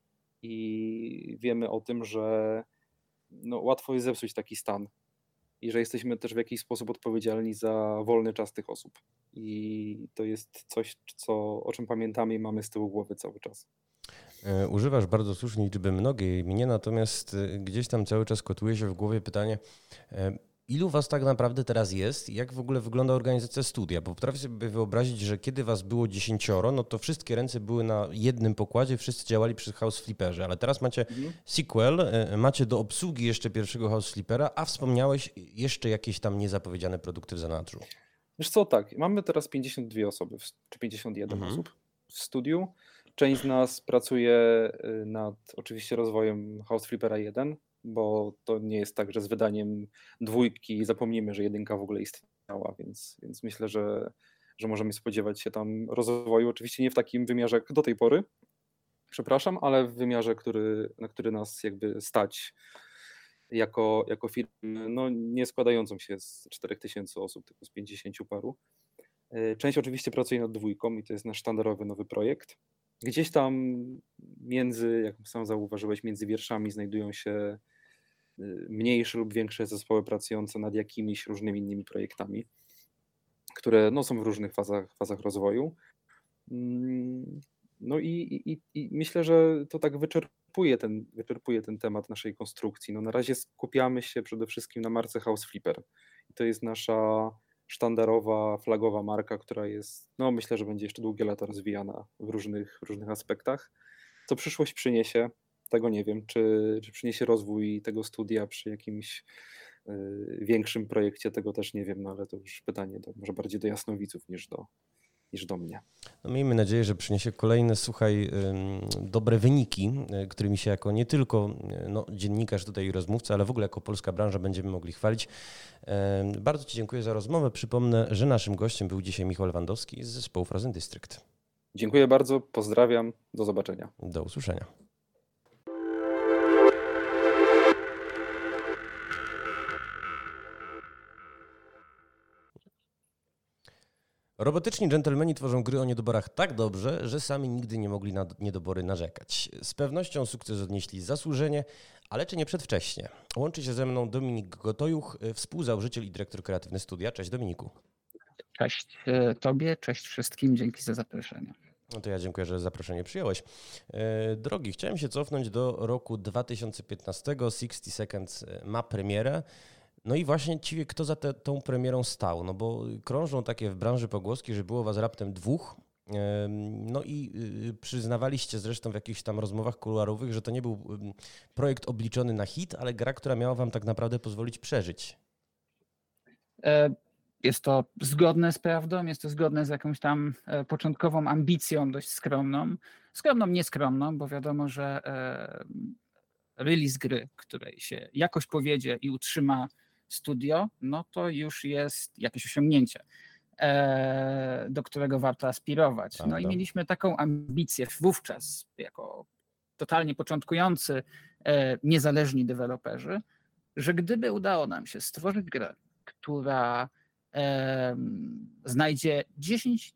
i wiemy o tym, że no łatwo jest zepsuć taki stan i że jesteśmy też w jakiś sposób odpowiedzialni za wolny czas tych osób. I to jest coś, o czym pamiętamy i mamy z tyłu głowy cały czas. Używasz bardzo słusznie liczby mnogiej. Mnie natomiast gdzieś tam cały czas kotuje się w głowie pytanie, ilu was tak naprawdę teraz jest i jak w ogóle wygląda organizacja studia? Bo potrafię sobie wyobrazić, że kiedy was było 10, no to wszystkie ręce były na jednym pokładzie, wszyscy działali przy House Flipperze, ale teraz macie sequel, macie do obsługi jeszcze pierwszego House Flippera, a wspomniałeś jeszcze jakieś tam niezapowiedziane produkty w zanadrzu. Wiesz co, tak, mamy teraz 52 osoby, czy 51 osób w studiu. Część z nas pracuje nad oczywiście rozwojem House Flippera 1, bo to nie jest tak, że z wydaniem 2 zapomnimy, że 1 w ogóle istniała, więc myślę, że możemy spodziewać się tam rozwoju. Oczywiście nie w takim wymiarze jak do tej pory, przepraszam, ale w wymiarze, na który nas jakby stać jako firmę no, nie składającą się z 4000 osób, tylko z 50 paru. Część oczywiście pracuje nad 2 i to jest nasz sztandarowy nowy projekt. Gdzieś tam między, jak sam zauważyłeś, między wierszami znajdują się mniejsze lub większe zespoły pracujące nad jakimiś różnymi innymi projektami, które no, są w różnych fazach rozwoju. No i myślę, że to tak wyczerpuje ten temat naszej konstrukcji. No na razie skupiamy się przede wszystkim na marce House Flipper. I to jest nasza sztandarowa, flagowa marka, która jest, no myślę, że będzie jeszcze długie lata rozwijana w różnych aspektach. Co przyszłość przyniesie, tego nie wiem. Czy przyniesie rozwój tego studia przy jakimś większym projekcie, tego też nie wiem, no ale to już pytanie może bardziej do jasnowidzów niż do mnie. No miejmy nadzieję, że przyniesie kolejne, słuchaj, dobre wyniki, którymi się jako nie tylko dziennikarz tutaj i rozmówca, ale w ogóle jako polska branża będziemy mogli chwalić. Bardzo Ci dziękuję za rozmowę. Przypomnę, że naszym gościem był dzisiaj Michał Lewandowski z zespołu Frozen District. Dziękuję bardzo, pozdrawiam, do zobaczenia. Do usłyszenia. Robotyczni dżentelmeni tworzą gry o niedoborach tak dobrze, że sami nigdy nie mogli na niedobory narzekać. Z pewnością sukces odnieśli zasłużenie, ale czy nie przedwcześnie. Łączy się ze mną Dominik Gotojuch, współzałożyciel i dyrektor kreatywny studia. Cześć Dominiku. Cześć Tobie, cześć wszystkim, dzięki za zaproszenie. No to ja dziękuję, że zaproszenie przyjąłeś. Drogi, chciałem się cofnąć do roku 2015. 60 Seconds ma premierę. No i właśnie ciebie, kto za tą premierą stał? No bo krążą takie w branży pogłoski, że było was raptem 2. No i przyznawaliście zresztą w jakichś tam rozmowach kuluarowych, że to nie był projekt obliczony na hit, ale gra, która miała wam tak naprawdę pozwolić przeżyć. Jest to zgodne z prawdą, jest to zgodne z jakąś tam początkową ambicją dość skromną. Skromną, nieskromną, bo wiadomo, że release gry, której się jakoś powiedzie i utrzyma studio, no to już jest jakieś osiągnięcie, do którego warto aspirować. No i mieliśmy taką ambicję wówczas, jako totalnie początkujący, niezależni deweloperzy, że gdyby udało nam się stworzyć grę, która znajdzie 10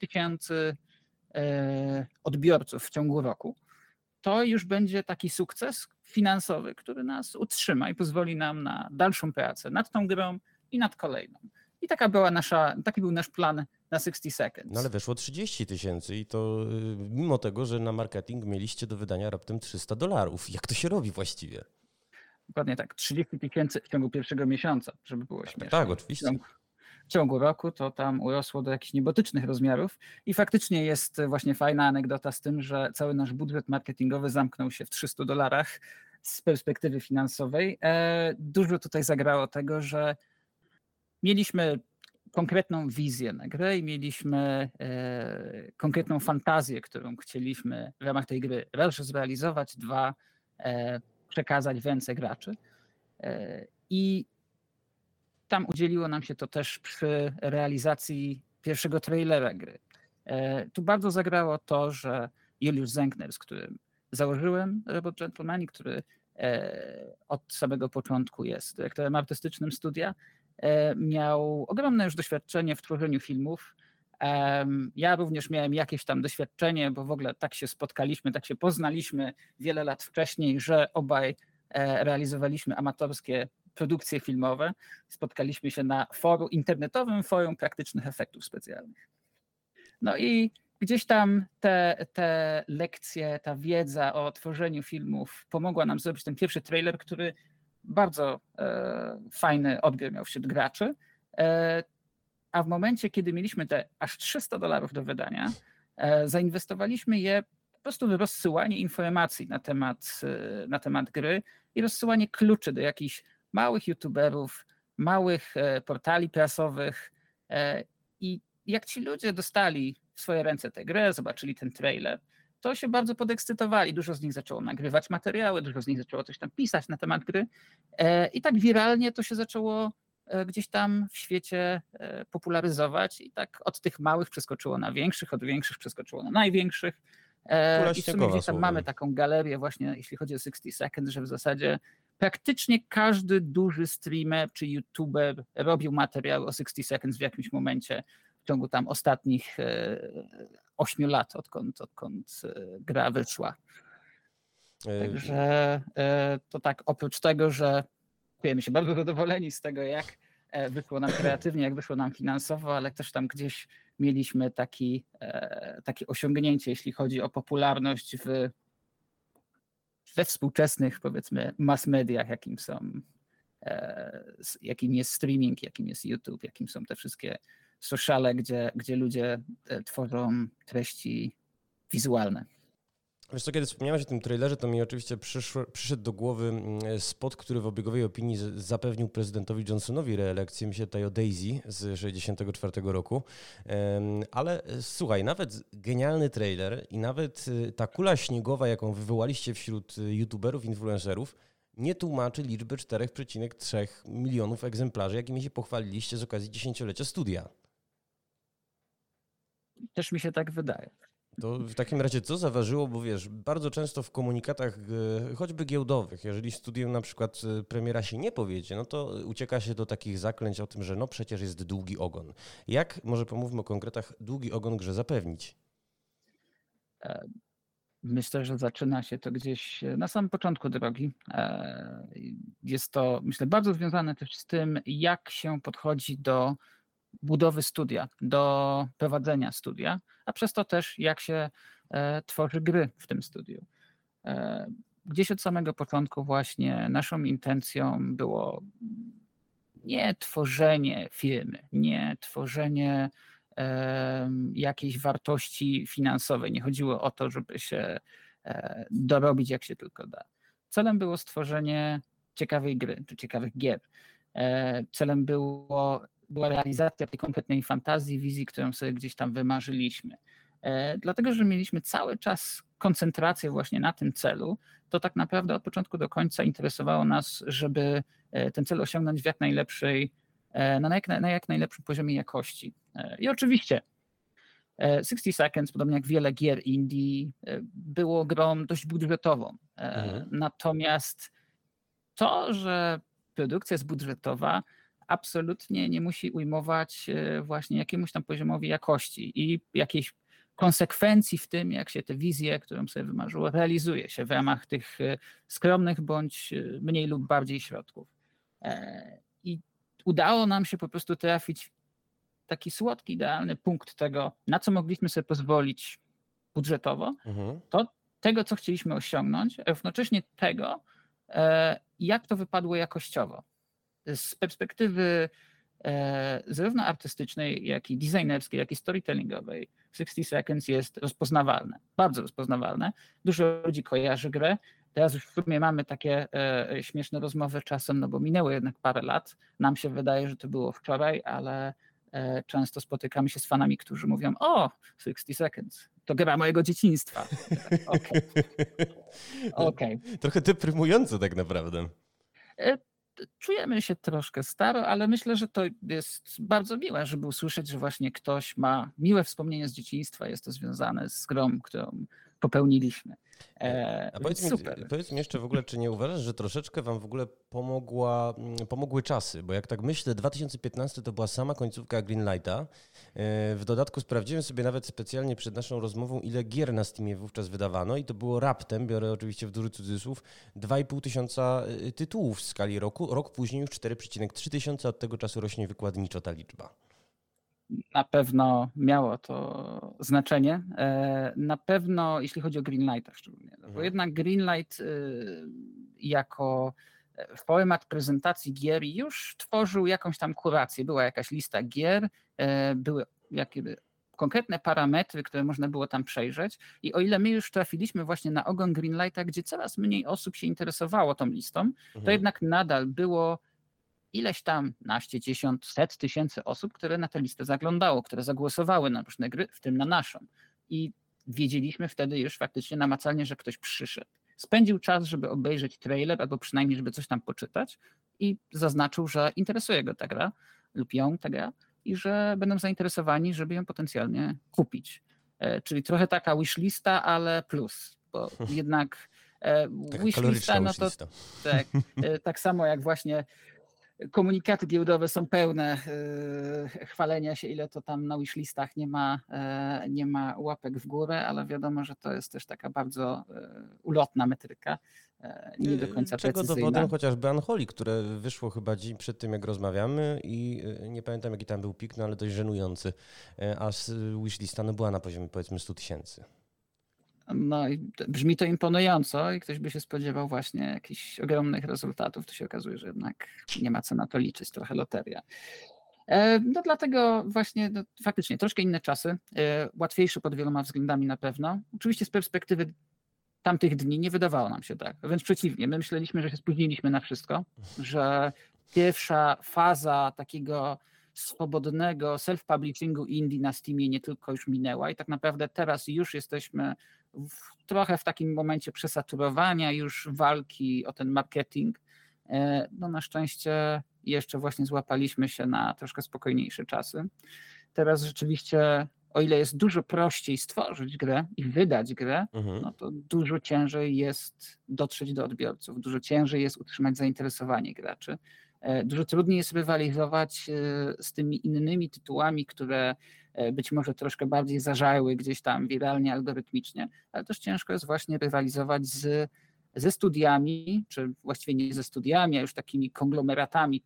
000 odbiorców w ciągu roku, to już będzie taki sukces finansowy, który nas utrzyma i pozwoli nam na dalszą pracę nad tą grą i nad kolejną. I taki był nasz plan na 60 Seconds. No ale wyszło 30 000 i to mimo tego, że na marketing mieliście do wydania raptem $300. Jak to się robi właściwie? Dokładnie tak, 30 000 w ciągu pierwszego miesiąca, żeby było śmieszne. Tak, oczywiście. W ciągu roku to tam urosło do jakichś niebotycznych rozmiarów i faktycznie jest właśnie fajna anegdota z tym, że cały nasz budżet marketingowy zamknął się w $300 z perspektywy finansowej. Dużo tutaj zagrało tego, że mieliśmy konkretną wizję na grę i mieliśmy konkretną fantazję, którą chcieliśmy w ramach tej gry raz zrealizować, 2 przekazać w ręce graczy. I tam udzieliło nam się to też przy realizacji pierwszego trailera gry. Tu bardzo zagrało to, że Juliusz Zenkner, z którym założyłem Robot Gentlemani, który od samego początku jest dyrektorem artystycznym studia, miał ogromne już doświadczenie w tworzeniu filmów. Ja również miałem jakieś tam doświadczenie, bo w ogóle tak się spotkaliśmy, tak się poznaliśmy wiele lat wcześniej, że obaj realizowaliśmy amatorskie produkcje filmowe. Spotkaliśmy się na internetowym forum praktycznych efektów specjalnych. No i gdzieś tam te lekcje, ta wiedza o tworzeniu filmów pomogła nam zrobić ten pierwszy trailer, który bardzo fajny odbiór miał wśród graczy. A w momencie, kiedy mieliśmy te aż $300 do wydania, zainwestowaliśmy je po prostu w rozsyłanie informacji na temat gry i rozsyłanie kluczy do jakichś małych youtuberów, małych portali prasowych. I jak ci ludzie dostali w swoje ręce tę grę, zobaczyli ten trailer, to się bardzo podekscytowali. Dużo z nich zaczęło nagrywać materiały, dużo z nich zaczęło coś tam pisać na temat gry. I tak wiralnie to się zaczęło gdzieś tam w świecie popularyzować i tak od tych małych przeskoczyło na większych, od większych przeskoczyło na największych. I w sumie gdzieś tam mamy taką galerię właśnie, jeśli chodzi o 60 Seconds, że w zasadzie praktycznie każdy duży streamer czy youtuber robił materiał o 60 Seconds w jakimś momencie w ciągu tam ostatnich 8 lat, odkąd gra wyszła. Także to tak, oprócz tego, że czujemy się bardzo zadowoleni z tego, jak wyszło nam kreatywnie, jak wyszło nam finansowo, ale też tam gdzieś mieliśmy takie osiągnięcie, jeśli chodzi o popularność we współczesnych, powiedzmy, mass mediach, jakim jest streaming, jakim jest YouTube, jakim są te wszystkie sociale, gdzie ludzie tworzą treści wizualne. Wiesz co, kiedy wspomniałeś o tym trailerze, to mi oczywiście przyszedł do głowy spot, który w obiegowej opinii zapewnił prezydentowi Johnsonowi reelekcję. Myślę tutaj o Daisy z 1964 roku. Ale słuchaj, nawet genialny trailer i nawet ta kula śniegowa, jaką wywołaliście wśród youtuberów, influencerów, nie tłumaczy liczby 4,3 milionów egzemplarzy, jakimi się pochwaliliście z okazji 10-lecia studia. Też mi się tak wydaje. To w takim razie co zaważyło, bo wiesz, bardzo często w komunikatach choćby giełdowych, jeżeli studium na przykład premiera się nie powiedzie, no to ucieka się do takich zaklęć o tym, że no przecież jest długi ogon. Jak, może pomówmy o konkretach, długi ogon grze zapewnić? Myślę, że zaczyna się to gdzieś na samym początku drogi. Jest to, myślę, bardzo związane też z tym, jak się podchodzi do budowy studia, do prowadzenia studia, a przez to też jak się tworzy gry w tym studiu. Gdzieś od samego początku właśnie naszą intencją było nie tworzenie firmy, nie tworzenie jakiejś wartości finansowej. Nie chodziło o to, żeby się dorobić jak się tylko da. Celem było stworzenie ciekawej gry, czy ciekawych gier. Celem była realizacja tej kompletnej fantazji, wizji, którą sobie gdzieś tam wymarzyliśmy. Dlatego, że mieliśmy cały czas koncentrację właśnie na tym celu, to tak naprawdę od początku do końca interesowało nas, żeby ten cel osiągnąć w na jak najlepszym poziomie jakości. I oczywiście 60 Seconds, podobnie jak wiele gier indie, było grą dość budżetową. Natomiast to, że produkcja jest budżetowa, absolutnie nie musi ujmować właśnie jakiemuś tam poziomowi jakości i jakiejś konsekwencji w tym, jak się tę wizję, którą sobie wymarzyło, realizuje się w ramach tych skromnych bądź mniej lub bardziej środków. I udało nam się po prostu trafić taki słodki, idealny punkt tego, na co mogliśmy sobie pozwolić budżetowo, to tego, co chcieliśmy osiągnąć, a równocześnie tego, jak to wypadło jakościowo. Z perspektywy zarówno artystycznej, jak i designerskiej, jak i storytellingowej 60 Seconds jest rozpoznawalne, bardzo rozpoznawalne. Dużo ludzi kojarzy grę. Teraz już w sumie mamy takie śmieszne rozmowy czasem, no bo minęło jednak parę lat. Nam się wydaje, że to było wczoraj, ale często spotykamy się z fanami, którzy mówią: o, 60 Seconds, to gra mojego dzieciństwa. Okej. Trochę deprymujące tak naprawdę. Czujemy się troszkę staro, ale myślę, że to jest bardzo miłe, żeby usłyszeć, że właśnie ktoś ma miłe wspomnienie z dzieciństwa, jest to związane z grą, którą popełniliśmy. A powiedz mi jeszcze w ogóle, czy nie uważasz, że troszeczkę wam w ogóle pomogły czasy? Bo jak tak myślę, 2015 to była sama końcówka Greenlighta. W dodatku sprawdziłem sobie nawet specjalnie przed naszą rozmową, ile gier na Steamie wówczas wydawano i to było raptem, biorę oczywiście w duży cudzysłów, 2,5 tysiąca tytułów w skali roku. Rok później już 4,3 tysiąca, od tego czasu rośnie wykładniczo ta liczba. Na pewno miało to znaczenie. Na pewno, jeśli chodzi o Greenlighta szczególnie, bo jednak Greenlight jako format prezentacji gier już tworzył jakąś tam kurację. Była jakaś lista gier, były jakieś konkretne parametry, które można było tam przejrzeć i o ile my już trafiliśmy właśnie na ogon Greenlighta, gdzie coraz mniej osób się interesowało tą listą, to jednak nadal było ileś tam naście, dziesiąt, set tysięcy osób, które na tę listę zaglądało, które zagłosowały na różne gry, w tym na naszą. I wiedzieliśmy wtedy już faktycznie namacalnie, że ktoś przyszedł. Spędził czas, żeby obejrzeć trailer, albo przynajmniej, żeby coś tam poczytać i zaznaczył, że interesuje go ta gra lub ją ta gra i że będą zainteresowani, żeby ją potencjalnie kupić. Czyli trochę taka wishlista, ale plus, bo jednak Wishlista, no to tak samo jak właśnie komunikaty giełdowe są pełne chwalenia się, ile to tam na wishlistach nie ma łapek w górę, ale wiadomo, że to jest też taka bardzo ulotna metryka, nie do końca czego precyzyjna. dowodem chociażby Unholy, które wyszło chyba dzień przed tym, jak rozmawiamy i nie pamiętam, jaki tam był pik, no ale dość żenujący, a wishlista no była na poziomie powiedzmy 100 000. No i brzmi to imponująco i ktoś by się spodziewał właśnie jakichś ogromnych rezultatów. To się okazuje, że jednak nie ma co na to liczyć, trochę loteria. No dlatego właśnie faktycznie troszkę inne czasy, łatwiejsze pod wieloma względami na pewno. Oczywiście z perspektywy tamtych dni nie wydawało nam się tak. Wręcz przeciwnie, my myśleliśmy, że się spóźniliśmy na wszystko, że pierwsza faza takiego swobodnego self-publishingu indie na Steamie nie tylko już minęła i tak naprawdę teraz już jesteśmy trochę w takim momencie przesaturowania już walki o ten marketing. No na szczęście jeszcze właśnie złapaliśmy się na troszkę spokojniejsze czasy. Teraz rzeczywiście, o ile jest dużo prościej stworzyć grę i wydać grę, no to dużo ciężej jest dotrzeć do odbiorców, dużo ciężej jest utrzymać zainteresowanie graczy. Dużo trudniej jest rywalizować z tymi innymi tytułami, które być może troszkę bardziej zażarły gdzieś tam wiralnie, algorytmicznie, ale też ciężko jest właśnie rywalizować ze studiami, czy właściwie nie ze studiami, a już takimi konglomeratami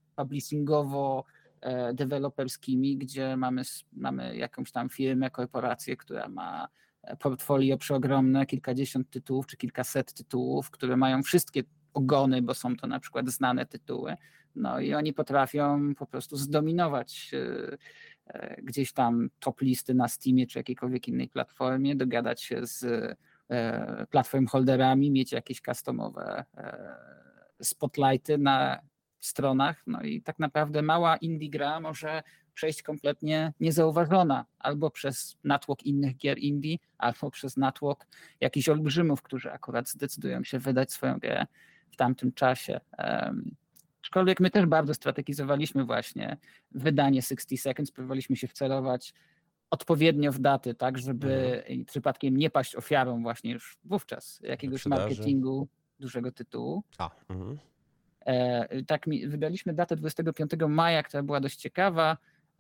publishingowo-deweloperskimi, gdzie mamy jakąś tam firmę, korporację, która ma portfolio przeogromne, kilkadziesiąt tytułów czy kilkaset tytułów, które mają wszystkie ogony, bo są to na przykład znane tytuły. No i oni potrafią po prostu zdominować gdzieś tam top listy na Steamie czy jakiejkolwiek innej platformie, dogadać się z platform holderami, mieć jakieś customowe spotlighty na stronach. No i tak naprawdę mała indie gra może przejść kompletnie niezauważona albo przez natłok innych gier indie, albo przez natłok jakichś olbrzymów, którzy akurat zdecydują się wydać swoją grę w tamtym czasie. Aczkolwiek my też bardzo strategizowaliśmy właśnie wydanie 60 Seconds, próbowaliśmy się wcelować odpowiednio w daty, tak, żeby przypadkiem nie paść ofiarą właśnie już wówczas jakiegoś marketingu dużego tytułu. Tak, wybraliśmy datę 25 maja, która była dość ciekawa.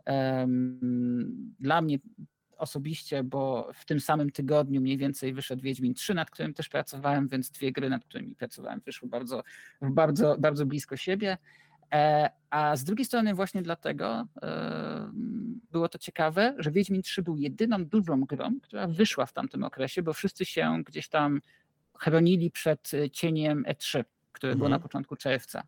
Dla mnie osobiście, bo w tym samym tygodniu mniej więcej wyszedł Wiedźmin 3, nad którym też pracowałem, więc dwie gry, nad którymi pracowałem, wyszły bardzo blisko siebie. A z drugiej strony właśnie dlatego było to ciekawe, że Wiedźmin 3 był jedyną dużą grą, która wyszła w tamtym okresie, bo wszyscy się gdzieś tam chronili przed cieniem E3, które było na początku czerwca.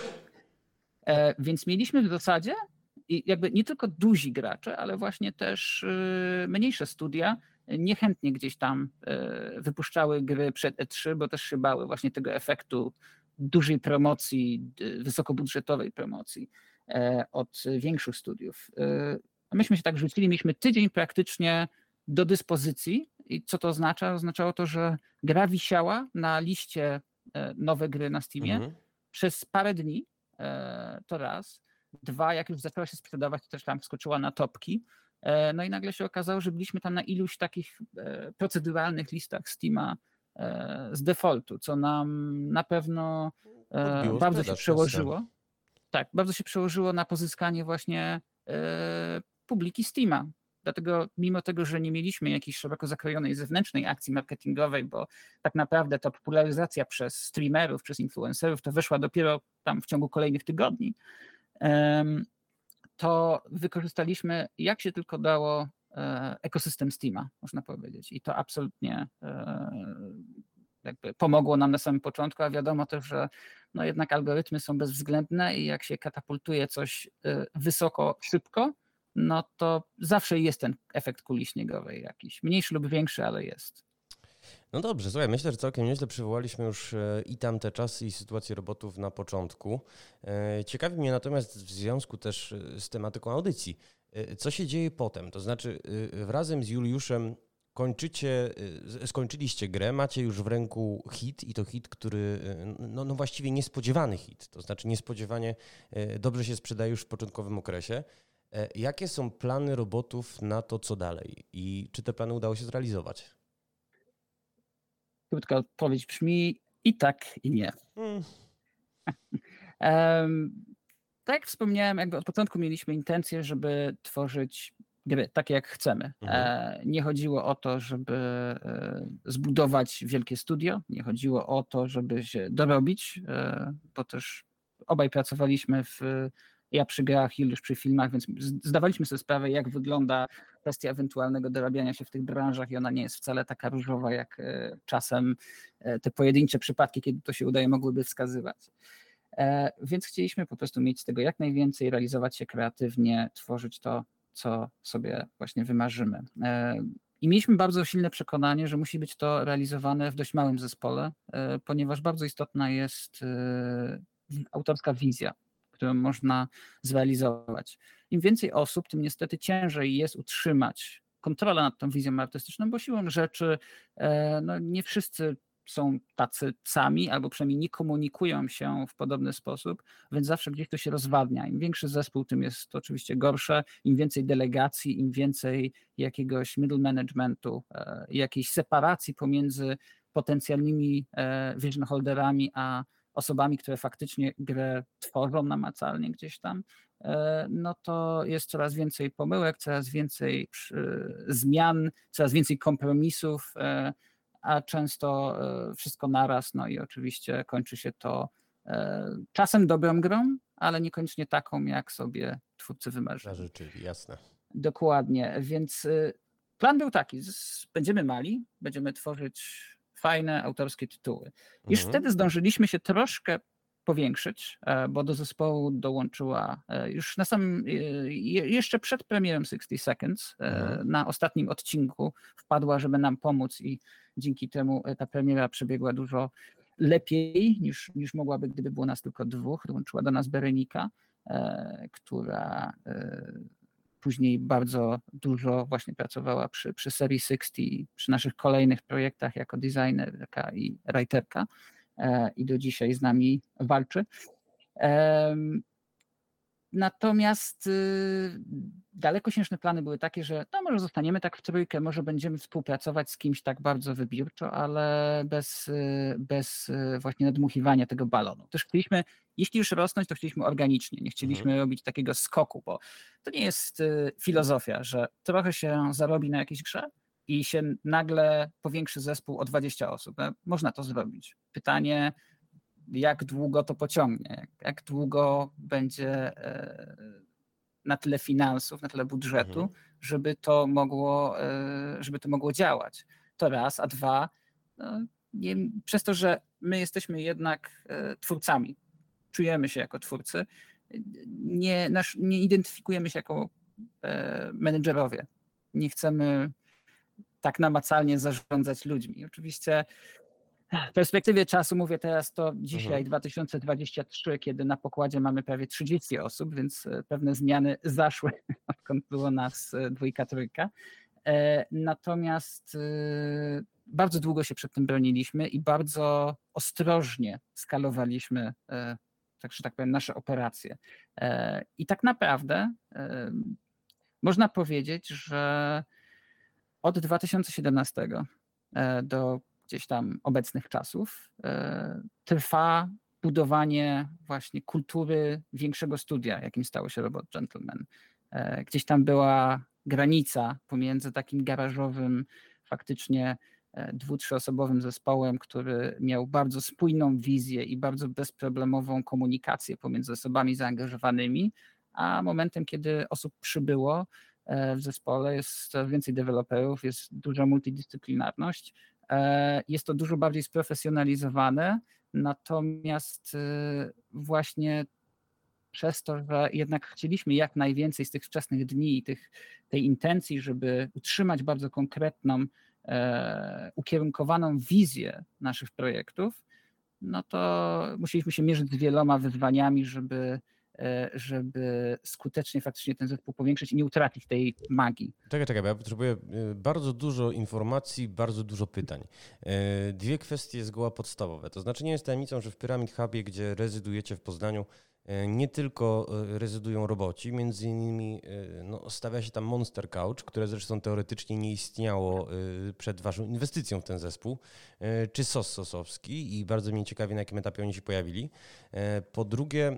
Więc mieliśmy w zasadzie i jakby nie tylko duzi gracze, ale właśnie też mniejsze studia niechętnie gdzieś tam wypuszczały gry przed E3, bo też się bały właśnie tego efektu dużej promocji, wysokobudżetowej promocji od większych studiów. Myśmy się tak rzucili, mieliśmy tydzień praktycznie do dyspozycji i co to oznacza? Oznaczało to, że gra wisiała na liście nowe gry na Steamie przez parę dni, to raz. Dwa, jak już zaczęła się sprzedawać, to też tam wskoczyła na topki. No i nagle się okazało, że byliśmy tam na iluś takich proceduralnych listach Steama z defaultu, co nam na pewno bardzo się przełożyło. Tak, bardzo się przełożyło na pozyskanie właśnie publiki Steama. Dlatego mimo tego, że nie mieliśmy jakiejś szeroko zakrojonej zewnętrznej akcji marketingowej, bo tak naprawdę ta popularyzacja przez streamerów, przez influencerów to wyszła dopiero tam w ciągu kolejnych tygodni, to wykorzystaliśmy jak się tylko dało ekosystem Steama, można powiedzieć. I to absolutnie jakby pomogło nam na samym początku, a wiadomo też, że no jednak algorytmy są bezwzględne i jak się katapultuje coś wysoko, szybko, no to zawsze jest ten efekt kuli śniegowej jakiś. Mniejszy lub większy, ale jest. No dobrze, słuchaj, myślę, że całkiem nieźle przywołaliśmy już i tamte czasy i sytuację robotów na początku. Ciekawi mnie natomiast w związku też z tematyką audycji, co się dzieje potem? To znaczy razem z Juliuszem skończyliście grę, macie już w ręku hit i to hit, który no właściwie niespodziewany hit, to znaczy niespodziewanie dobrze się sprzedaje już w początkowym okresie. Jakie są plany robotów na to, co dalej i czy te plany udało się zrealizować? Krótka odpowiedź brzmi, I tak, i nie. Tak jak wspomniałem, jakby od początku mieliśmy intencję, żeby tworzyć gry takie, jak chcemy. Nie chodziło o to, żeby zbudować wielkie studio, nie chodziło o to, żeby się dorobić, bo też obaj pracowaliśmy ja przy grach, Juliusz przy filmach, więc zdawaliśmy sobie sprawę, jak wygląda kwestia ewentualnego dorabiania się w tych branżach i ona nie jest wcale taka różowa, jak czasem te pojedyncze przypadki, kiedy to się udaje, mogłyby wskazywać. Więc chcieliśmy po prostu mieć z tego jak najwięcej, realizować się kreatywnie, tworzyć to, co sobie właśnie wymarzymy. I mieliśmy bardzo silne przekonanie, że musi być to realizowane w dość małym zespole, ponieważ bardzo istotna jest autorska wizja, którą można zrealizować. Im więcej osób, tym niestety ciężej jest utrzymać kontrolę nad tą wizją artystyczną, bo siłą rzeczy nie wszyscy są tacy sami, albo przynajmniej nie komunikują się w podobny sposób, więc zawsze gdzieś to się rozwadnia. Im większy zespół, tym jest to oczywiście gorsze, im więcej delegacji, im więcej jakiegoś middle managementu, jakiejś separacji pomiędzy potencjalnymi vision holderami, a osobami, które faktycznie grę tworzą namacalnie gdzieś tam, no to jest coraz więcej pomyłek, coraz więcej zmian, coraz więcej kompromisów, a często wszystko naraz, no i oczywiście kończy się to czasem dobrą grą, ale niekoniecznie taką, jak sobie twórcy wymarzyli. Zażyczyli, jasne. Dokładnie, więc plan był taki, będziemy mali, będziemy tworzyć fajne autorskie tytuły. Już wtedy zdążyliśmy się troszkę powiększyć, bo do zespołu dołączyła już na samym, jeszcze przed premierą 60 Seconds, na ostatnim odcinku wpadła, żeby nam pomóc i dzięki temu ta premiera przebiegła dużo lepiej niż mogłaby, gdyby było nas tylko dwóch. Dołączyła do nas Berenika, która później bardzo dużo właśnie pracowała przy serii 60, przy naszych kolejnych projektach jako designerka i writerka i do dzisiaj z nami walczy. Natomiast dalekosiężne plany były takie, że no może zostaniemy tak w trójkę, może będziemy współpracować z kimś tak bardzo wybiórczo, ale bez właśnie nadmuchiwania tego balonu. Też chcieliśmy, jeśli już rosnąć, to chcieliśmy organicznie, nie chcieliśmy robić takiego skoku, bo to nie jest filozofia, że trochę się zarobi na jakiejś grze i się nagle powiększy zespół o 20 osób. Można to zrobić. Pytanie, jak długo to pociągnie, jak długo będzie na tyle finansów, na tyle budżetu, żeby to mogło działać. To raz, a dwa, przez to, że my jesteśmy jednak twórcami, czujemy się jako twórcy, nie identyfikujemy się jako menedżerowie. Nie chcemy tak namacalnie zarządzać ludźmi. Oczywiście w perspektywie czasu, mówię teraz to dzisiaj 2023, kiedy na pokładzie mamy prawie 30 osób, więc pewne zmiany zaszły, odkąd było nas dwójka, trójka. Natomiast bardzo długo się przed tym broniliśmy i bardzo ostrożnie skalowaliśmy, że tak powiem, nasze operacje. I tak naprawdę można powiedzieć, że od 2017 do gdzieś tam obecnych czasów trwa budowanie właśnie kultury większego studia, jakim stało się Robot Gentleman. Gdzieś tam była granica pomiędzy takim garażowym, faktycznie 2-3-osobowym zespołem, który miał bardzo spójną wizję i bardzo bezproblemową komunikację pomiędzy osobami zaangażowanymi, a momentem, kiedy osób przybyło w zespole, jest coraz więcej deweloperów, jest duża multidyscyplinarność, jest to dużo bardziej sprofesjonalizowane, natomiast właśnie przez to, że jednak chcieliśmy jak najwięcej z tych wczesnych dni i tej intencji, żeby utrzymać bardzo konkretną, ukierunkowaną wizję naszych projektów, no to musieliśmy się mierzyć z wieloma wyzwaniami, żeby skutecznie faktycznie ten zespół powiększyć i nie utracić tej magii. Czekaj, bo ja potrzebuję bardzo dużo informacji, bardzo dużo pytań. Dwie kwestie zgoła podstawowe. To znaczy nie jest tajemnicą, że w Pyramid Hubie, gdzie rezydujecie w Poznaniu, nie tylko rezydują roboci, między innymi stawia się tam Monster Couch, które zresztą teoretycznie nie istniało przed waszą inwestycją w ten zespół, czy SOS Sosowski i bardzo mnie ciekawi, na jakim etapie oni się pojawili. Po drugie,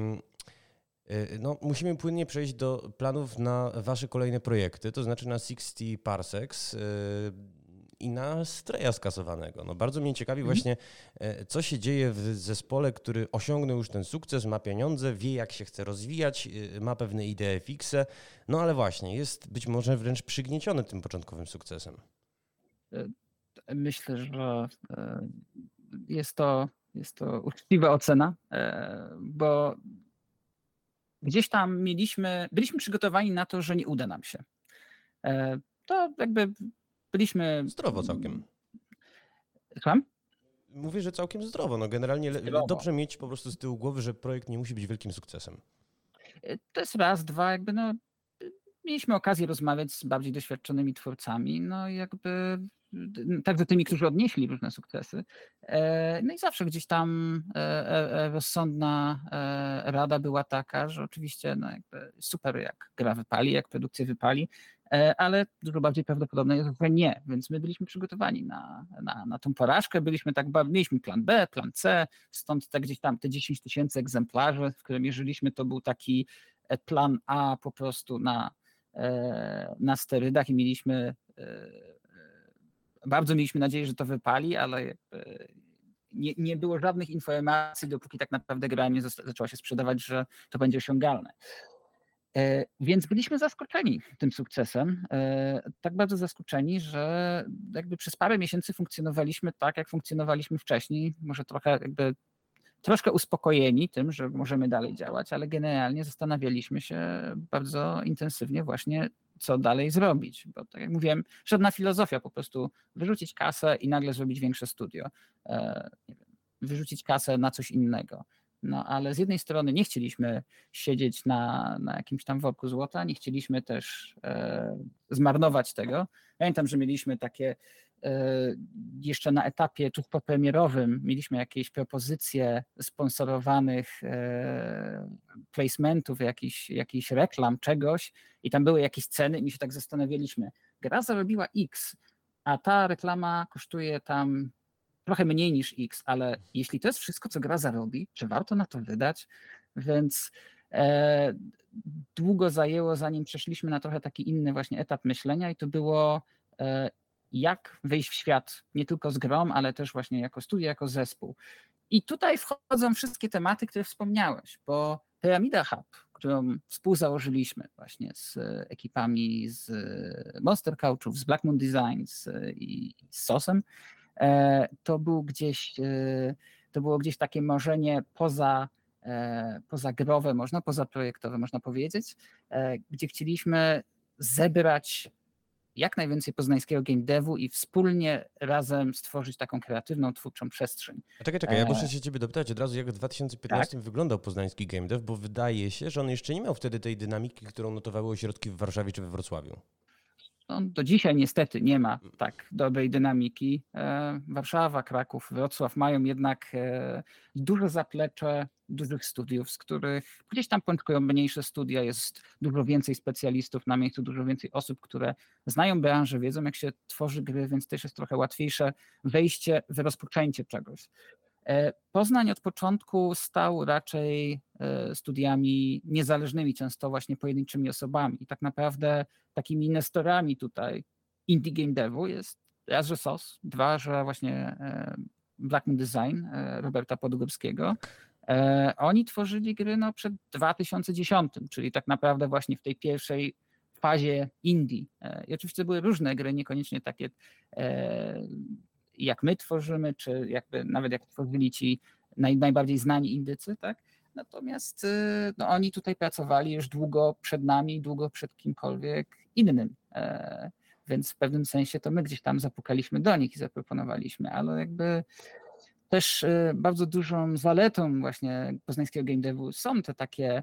musimy płynnie przejść do planów na wasze kolejne projekty, to znaczy na 60 Parsecs i na Streja skasowanego. Bardzo mnie ciekawi właśnie, co się dzieje w zespole, który osiągnął już ten sukces, ma pieniądze, wie jak się chce rozwijać, ma pewne idee fixe, ale właśnie jest być może wręcz przygnieciony tym początkowym sukcesem. Myślę, że jest to uczciwa ocena, bo gdzieś tam byliśmy przygotowani na to, że nie uda nam się. To jakby byliśmy... Zdrowo całkiem. Słucham? Mówię, że całkiem zdrowo. Generalnie dobrze mieć po prostu z tyłu głowy, że projekt nie musi być wielkim sukcesem. To jest raz, dwa, mieliśmy okazję rozmawiać z bardziej doświadczonymi twórcami, także tymi, którzy odnieśli różne sukcesy. I zawsze gdzieś tam rozsądna rada była taka, że oczywiście super jak gra wypali, jak produkcja wypali, ale dużo bardziej prawdopodobne jest, że nie. Więc my byliśmy przygotowani na tą porażkę. Mieliśmy plan B, plan C, stąd gdzieś tam te 10 000 egzemplarzy, w które mierzyliśmy, to był taki plan A po prostu na sterydach i bardzo mieliśmy nadzieję, że to wypali, ale nie było żadnych informacji, dopóki tak naprawdę gra nie zaczęła się sprzedawać, że to będzie osiągalne. Więc byliśmy zaskoczeni tym sukcesem, tak bardzo zaskoczeni, że przez parę miesięcy funkcjonowaliśmy tak, jak funkcjonowaliśmy wcześniej, może troszkę uspokojeni tym, że możemy dalej działać, ale generalnie zastanawialiśmy się bardzo intensywnie właśnie, co dalej zrobić, bo tak jak mówiłem, żadna filozofia, po prostu wyrzucić kasę i nagle zrobić większe studio, wyrzucić kasę na coś innego. Ale z jednej strony nie chcieliśmy siedzieć na jakimś tam worku złota, nie chcieliśmy też zmarnować tego. Pamiętam, że mieliśmy takie jeszcze na etapie tuż popremierowym mieliśmy jakieś propozycje sponsorowanych placementów, jakichś reklam, czegoś i tam były jakieś ceny i my się tak zastanawialiśmy. Gra zarobiła X, a ta reklama kosztuje tam trochę mniej niż X, ale jeśli to jest wszystko, co gra zarobi, czy warto na to wydać? Więc długo zajęło, zanim przeszliśmy na trochę taki inny właśnie etap myślenia i to było jak wyjść w świat nie tylko z grą, ale też właśnie jako studio, jako zespół. I tutaj wchodzą wszystkie tematy, które wspomniałeś, bo Pyramida Hub, którą współzałożyliśmy właśnie z ekipami z Monster Couchów, z Black Moon Designs i z SOS-em, to było gdzieś takie marzenie pozagrowe, pozaprojektowe, można powiedzieć, gdzie chcieliśmy zebrać jak najwięcej poznańskiego game devu i wspólnie razem stworzyć taką kreatywną, twórczą przestrzeń. Czekaj, ja muszę się ciebie dopytać od razu, jak w 2015 wyglądał poznański game dev, bo wydaje się, że on jeszcze nie miał wtedy tej dynamiki, którą notowały ośrodki w Warszawie czy we Wrocławiu. Do dzisiaj niestety nie ma tak dobrej dynamiki. Warszawa, Kraków, Wrocław mają jednak duże zaplecze dużych studiów, z których gdzieś tam pączkują mniejsze studia, jest dużo więcej specjalistów na miejscu, dużo więcej osób, które znają branżę, wiedzą jak się tworzy gry, więc też jest trochę łatwiejsze wejście w rozpoczęcie czegoś. Poznań od początku stał raczej studiami niezależnymi, często właśnie pojedynczymi osobami i tak naprawdę takimi nestorami tutaj indie game devu jest raz, że SOS, dwa, że właśnie Black Moon Design Roberta Podgórskiego. Oni tworzyli gry przed 2010, czyli tak naprawdę właśnie w tej pierwszej fazie indie. I oczywiście były różne gry, niekoniecznie takie jak my tworzymy, czy nawet jak tworzyli ci najbardziej znani indycy, tak? Natomiast oni tutaj pracowali już długo przed nami, długo przed kimkolwiek innym. Więc w pewnym sensie to my gdzieś tam zapukaliśmy do nich i zaproponowaliśmy, ale też bardzo dużą zaletą właśnie poznańskiego game devu są te takie,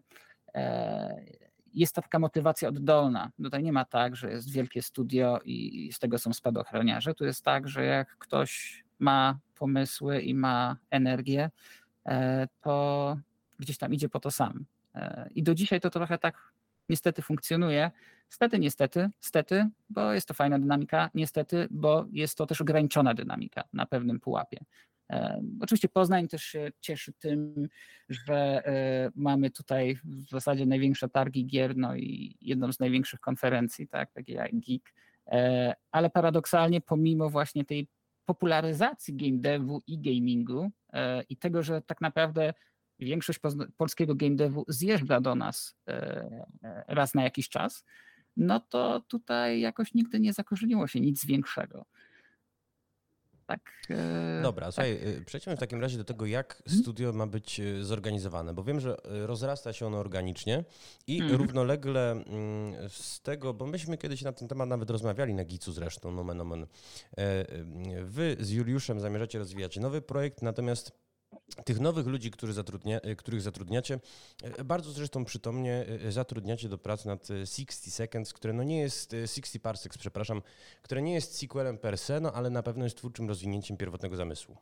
jest ta taka motywacja oddolna. Tutaj nie ma tak, że jest wielkie studio i z tego są spadochroniarze. Tu jest tak, że jak ktoś ma pomysły i ma energię, to gdzieś tam idzie po to sam. I do dzisiaj to trochę tak niestety funkcjonuje. Stety, bo jest to fajna dynamika, niestety, bo jest to też ograniczona dynamika na pewnym pułapie. Oczywiście Poznań też się cieszy tym, że mamy tutaj w zasadzie największe targi gier, no i jedną z największych konferencji, tak, takie jak Geek, ale paradoksalnie pomimo właśnie tej popularyzacji game devu i gamingu i tego, że tak naprawdę większość polskiego game devu zjeżdża do nas raz na jakiś czas, no to tutaj jakoś nigdy nie zakorzeniło się nic większego. Tak. Dobra, słuchaj, przejdźmy w takim razie do tego, jak studio ma być zorganizowane, bo wiem, że rozrasta się ono organicznie i równolegle z tego, bo myśmy kiedyś na ten temat nawet rozmawiali na Gicu zresztą, nomen omen. Wy z Juliuszem zamierzacie rozwijać nowy projekt, natomiast tych nowych ludzi, których zatrudniacie, bardzo zresztą przytomnie zatrudniacie do pracy nad 60 Seconds, które no nie jest 60 Parsecs, przepraszam, które nie jest sequelem per se, no ale na pewno jest twórczym rozwinięciem pierwotnego zamysłu.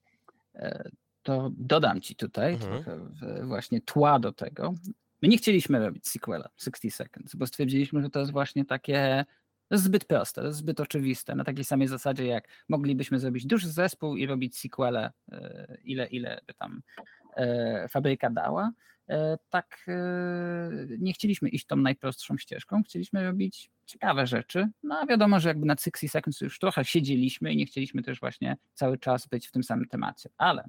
To dodam ci tutaj trochę właśnie tła do tego. My nie chcieliśmy robić sequela 60 Seconds, bo stwierdziliśmy, że to jest właśnie takie zbyt proste, to jest zbyt oczywiste. Na takiej samej zasadzie, jak moglibyśmy zrobić duży zespół i robić sequele, ile by tam fabryka dała, tak nie chcieliśmy iść tą najprostszą ścieżką, chcieliśmy robić ciekawe rzeczy. No a wiadomo, że jakby na 60 Seconds już trochę siedzieliśmy i nie chcieliśmy też właśnie cały czas być w tym samym temacie, ale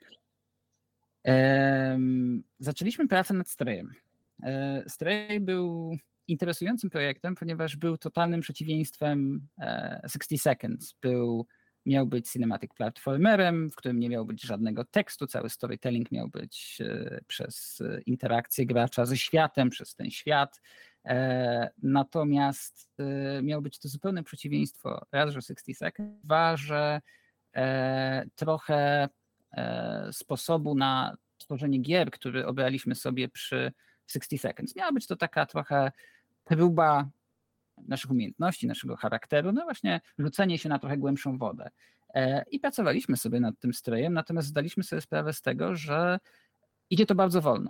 zaczęliśmy pracę nad Strayem. Stray był interesującym projektem, ponieważ był totalnym przeciwieństwem 60 Seconds. Miał być cinematic platformerem, w którym nie miał być żadnego tekstu, cały storytelling miał być przez interakcję gracza ze światem, przez ten świat. Natomiast miało być to zupełne przeciwieństwo, raz, że 60 Seconds, dwa, że trochę sposobu na tworzenie gier, który obraliśmy sobie przy 60 Seconds. Miała być to taka trochę próba naszych umiejętności, naszego charakteru, no właśnie rzucenie się na trochę głębszą wodę. I pracowaliśmy sobie nad tym Strayem, natomiast zdaliśmy sobie sprawę z tego, że idzie to bardzo wolno.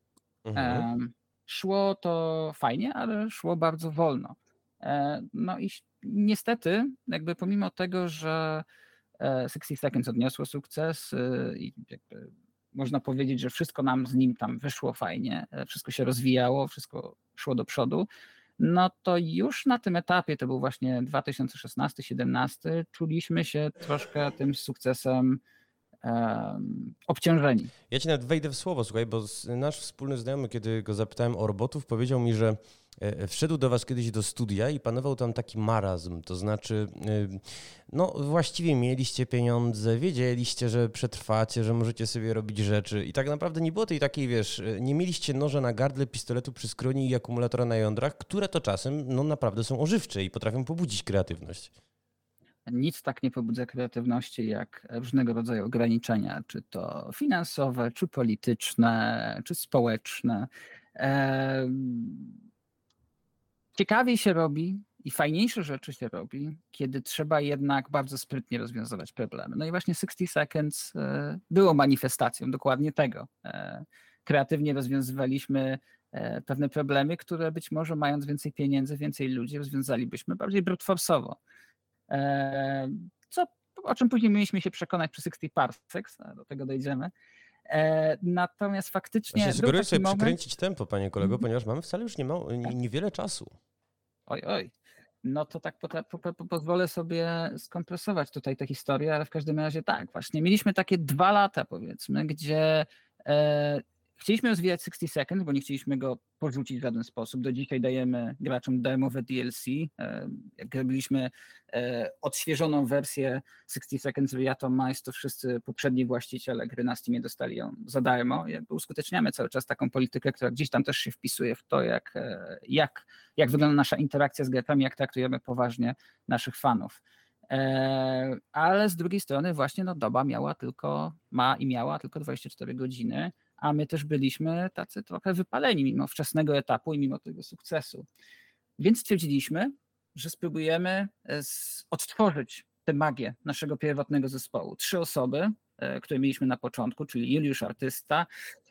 Szło to fajnie, ale szło bardzo wolno. No i niestety, jakby pomimo tego, że 60 Seconds odniosło sukces i jakby można powiedzieć, że wszystko nam z nim tam wyszło fajnie, wszystko się rozwijało, wszystko szło do przodu, no to już na tym etapie, to był właśnie 2016-17, czuliśmy się troszkę tym sukcesem obciążeni. Ja ci nawet wejdę w słowo, słuchaj, bo nasz wspólny znajomy, kiedy go zapytałem o robotów, powiedział mi, że wszedł do was kiedyś do studia i panował tam taki marazm, to znaczy, no właściwie mieliście pieniądze, wiedzieliście, że przetrwacie, że możecie sobie robić rzeczy i tak naprawdę nie było tej takiej, wiesz, nie mieliście noża na gardle, pistoletu przy skroni i akumulatora na jądrach, które to czasem no naprawdę są ożywcze i potrafią pobudzić kreatywność. Nic tak nie pobudza kreatywności jak różnego rodzaju ograniczenia, czy to finansowe, czy polityczne, czy społeczne. Ciekawiej się robi i fajniejsze rzeczy się robi, kiedy trzeba jednak bardzo sprytnie rozwiązywać problemy. No i właśnie 60 Seconds było manifestacją dokładnie tego. Kreatywnie rozwiązywaliśmy pewne problemy, które być może mając więcej pieniędzy, więcej ludzi rozwiązalibyśmy bardziej brute force'owo. O czym później mieliśmy się przekonać przy 60 Parsecs, do tego dojdziemy. Natomiast faktycznie. Właśnie sugeruję sobie przykręcić tempo, panie kolego, ponieważ mamy wcale już niewiele czasu. Oj. No to tak pozwolę sobie skompresować tutaj tę historię, ale w każdym razie tak, właśnie mieliśmy takie 2 lata, powiedzmy, gdzie chcieliśmy rozwijać 60 Seconds, bo nie chcieliśmy go porzucić w żaden sposób. Do dzisiaj dajemy graczom darmowe DLC. Jak robiliśmy odświeżoną wersję 60 Seconds Reatomize, to wszyscy poprzedni właściciele gry na Steamie dostali ją za darmo. Jakby uskuteczniamy cały czas taką politykę, która gdzieś tam też się wpisuje w to, jak wygląda nasza interakcja z graczami, jak traktujemy poważnie naszych fanów. Ale z drugiej strony właśnie doba miała tylko 24 godziny, a my też byliśmy tacy trochę wypaleni mimo wczesnego etapu i mimo tego sukcesu. Więc stwierdziliśmy, że spróbujemy odtworzyć tę magię naszego pierwotnego zespołu. 3 osoby, które mieliśmy na początku, czyli Juliusz artysta,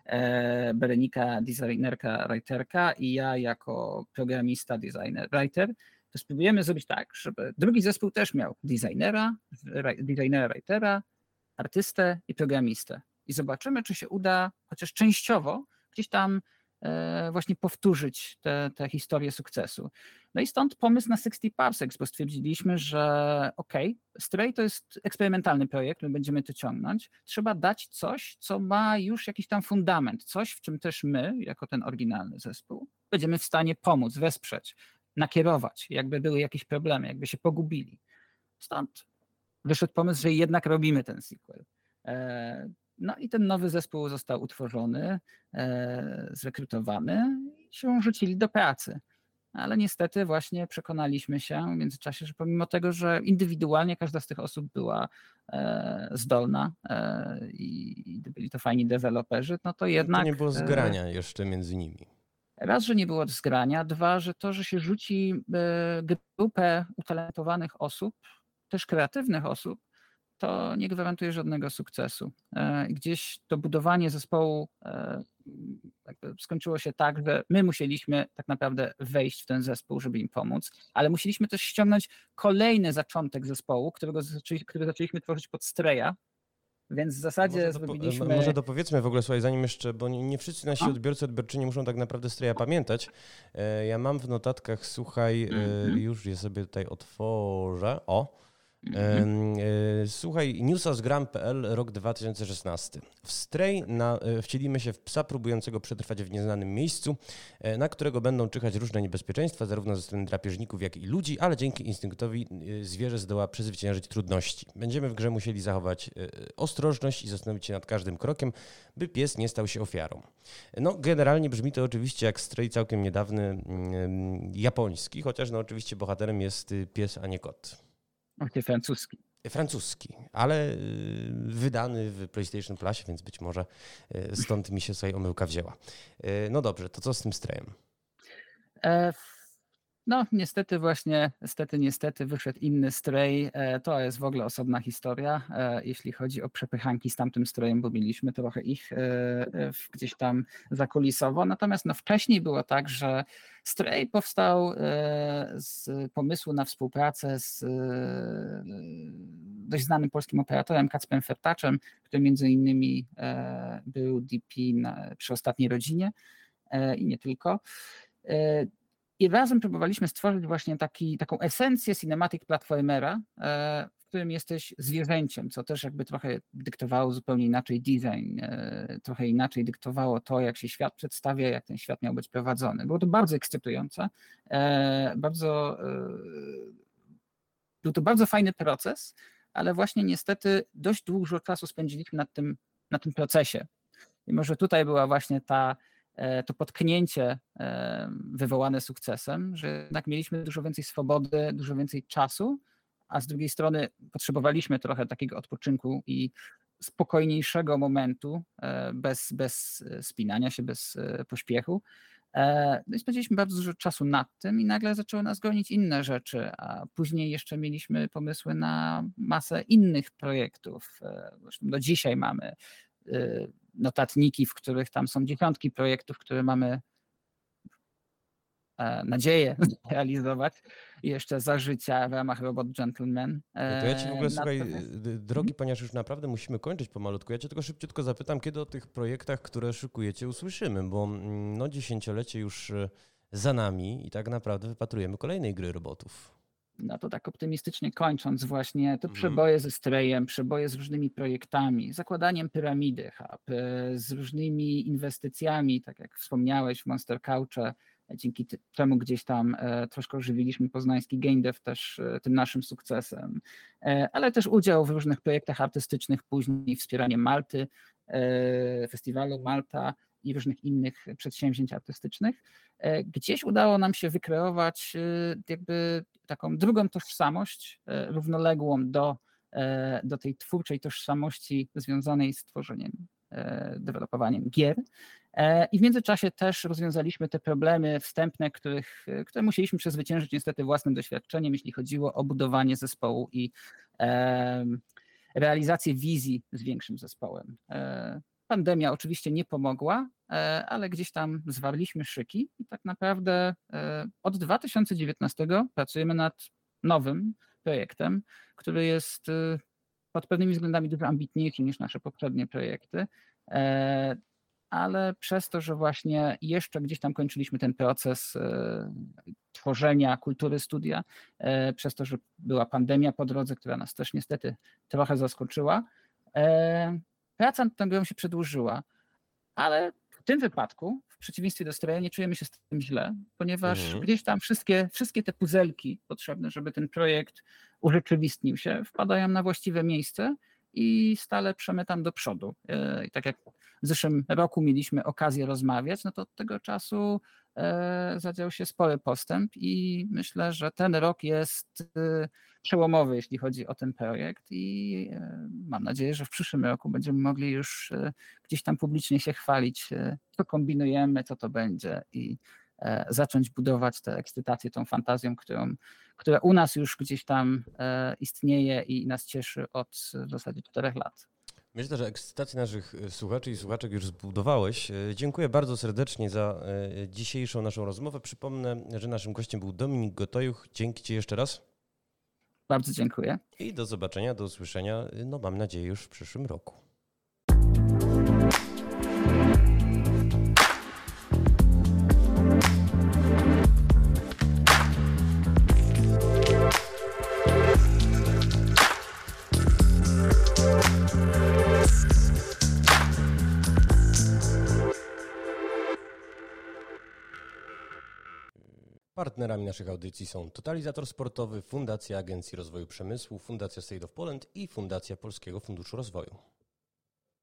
Berenika, designerka, writerka i ja jako programista, designer, writer, to spróbujemy zrobić tak, żeby drugi zespół też miał designera, writera, artystę i programistę. I zobaczymy, czy się uda chociaż częściowo gdzieś tam właśnie powtórzyć tę historię sukcesu. No i stąd pomysł na 60 Parsecs, bo stwierdziliśmy, że Stray to jest eksperymentalny projekt, my będziemy to ciągnąć. Trzeba dać coś, co ma już jakiś tam fundament, coś, w czym też my, jako ten oryginalny zespół, będziemy w stanie pomóc, wesprzeć, nakierować, jakby były jakieś problemy, jakby się pogubili. Stąd wyszedł pomysł, że jednak robimy ten sequel. No i ten nowy zespół został utworzony, zrekrutowany i się rzucili do pracy. Ale niestety właśnie przekonaliśmy się w międzyczasie, że pomimo tego, że indywidualnie każda z tych osób była zdolna i byli to fajni deweloperzy, no to jednak... To nie było zgrania jeszcze między nimi. Raz, że nie było zgrania, dwa, że to, że się rzuci grupę utalentowanych osób, też kreatywnych osób, to nie gwarantuje żadnego sukcesu. Gdzieś to budowanie zespołu skończyło się tak, że my musieliśmy tak naprawdę wejść w ten zespół, żeby im pomóc, ale musieliśmy też ściągnąć kolejny zaczątek zespołu, który zaczęliśmy tworzyć pod Straya, więc w zasadzie zrobiliśmy... Może dopowiedzmy w ogóle, słuchaj, zanim jeszcze, bo nie wszyscy nasi odbiorcy, odbiorczyni muszą tak naprawdę Straya pamiętać. Ja mam w notatkach, słuchaj, już je sobie tutaj otworzę. Słuchaj, newsa z gram.pl, rok 2016. W Stray wcielimy się w psa próbującego przetrwać w nieznanym miejscu, na którego będą czyhać różne niebezpieczeństwa, zarówno ze strony drapieżników, jak i ludzi, ale dzięki instynktowi zwierzę zdoła przezwyciężyć trudności. Będziemy w grze musieli zachować ostrożność i zastanowić się nad każdym krokiem, by pies nie stał się ofiarą. No, generalnie brzmi to oczywiście jak Stray całkiem niedawny, japoński, chociaż no oczywiście bohaterem jest pies, a nie kot. Francuski. Francuski, ale wydany w PlayStation Plusie, więc być może stąd mi się tutaj omyłka wzięła. No dobrze, to co z tym Strayem? No niestety wyszedł inny Stray. To jest w ogóle osobna historia, jeśli chodzi o przepychanki z tamtym Strayem, bo mieliśmy trochę ich gdzieś tam zakulisowo. Natomiast wcześniej było tak, że Stray powstał z pomysłu na współpracę z dość znanym polskim operatorem Kacprem Fertaczem, który między innymi był DP przy Ostatniej Rodzinie i nie tylko. I razem próbowaliśmy stworzyć właśnie taką esencję cinematic platformera, w którym jesteś zwierzęciem, co też jakby trochę dyktowało zupełnie inaczej design, trochę inaczej dyktowało to, jak się świat przedstawia, jak ten świat miał być prowadzony. Było to bardzo ekscytujące, był to bardzo fajny proces, ale właśnie niestety dość dużo czasu spędziliśmy na tym procesie. I może tutaj była właśnie to potknięcie wywołane sukcesem, że jednak mieliśmy dużo więcej swobody, dużo więcej czasu, a z drugiej strony potrzebowaliśmy trochę takiego odpoczynku i spokojniejszego momentu, bez spinania się, bez pośpiechu. No i spędziliśmy bardzo dużo czasu nad tym i nagle zaczęły nas gonić inne rzeczy, a później jeszcze mieliśmy pomysły na masę innych projektów. Zresztą do dzisiaj mamy notatniki, w których tam są dziesiątki projektów, które mamy nadzieję realizować jeszcze za życia w ramach Robot Gentleman. To ja ci w ogóle, słuchaj, drogi, ponieważ już naprawdę musimy kończyć pomalutku, ja cię tylko szybciutko zapytam, kiedy o tych projektach, które szykujecie, usłyszymy, bo no 10-lecie już za nami i tak naprawdę wypatrujemy kolejnej gry robotów. No to tak optymistycznie kończąc właśnie, to przeboje ze Strayem, przeboje z różnymi projektami, zakładaniem Pyramidy Hub, z różnymi inwestycjami, tak jak wspomniałeś w Monster Couch'e, dzięki czemu gdzieś tam troszkę ożywiliśmy poznański game dev też tym naszym sukcesem, ale też udział w różnych projektach artystycznych, później wspieranie Malty, festiwalu Malta i różnych innych przedsięwzięć artystycznych. Gdzieś udało nam się wykreować jakby taką drugą tożsamość, równoległą do tej twórczej tożsamości związanej z tworzeniem, dewelopowaniem gier. I w międzyczasie też rozwiązaliśmy te problemy wstępne, które musieliśmy przezwyciężyć niestety własnym doświadczeniem, jeśli chodziło o budowanie zespołu i realizację wizji z większym zespołem. Pandemia oczywiście nie pomogła, ale gdzieś tam zwarliśmy szyki i tak naprawdę od 2019 pracujemy nad nowym projektem, który jest pod pewnymi względami dużo ambitniejszy niż nasze poprzednie projekty, ale przez to, że właśnie jeszcze gdzieś tam kończyliśmy ten proces tworzenia kultury studia, przez to, że była pandemia po drodze, która nas też niestety trochę zaskoczyła, praca nad tą grą się przedłużyła, ale w tym wypadku, w przeciwieństwie do Stray, nie czujemy się z tym źle, ponieważ gdzieś tam wszystkie te puzelki potrzebne, żeby ten projekt urzeczywistnił się, wpadają na właściwe miejsce i stale przemytam do przodu. I tak jak w zeszłym roku mieliśmy okazję rozmawiać, no to od tego czasu zadział się spory postęp i myślę, że ten rok jest przełomowy, jeśli chodzi o ten projekt i mam nadzieję, że w przyszłym roku będziemy mogli już gdzieś tam publicznie się chwalić, co kombinujemy, co to będzie i zacząć budować tę ekscytację, tą fantazją, która u nas już gdzieś tam istnieje i nas cieszy od w zasadzie 4 lat. Myślę, że ekscytację naszych słuchaczy i słuchaczek już zbudowałeś. Dziękuję bardzo serdecznie za dzisiejszą naszą rozmowę. Przypomnę, że naszym gościem był Dominik Gotojuch. Dzięki Ci jeszcze raz. Bardzo dziękuję. I do zobaczenia, do usłyszenia, no mam nadzieję już w przyszłym roku. Partnerami naszych audycji są Totalizator Sportowy, Fundacja Agencji Rozwoju Przemysłu, Fundacja State of Poland i Fundacja Polskiego Funduszu Rozwoju.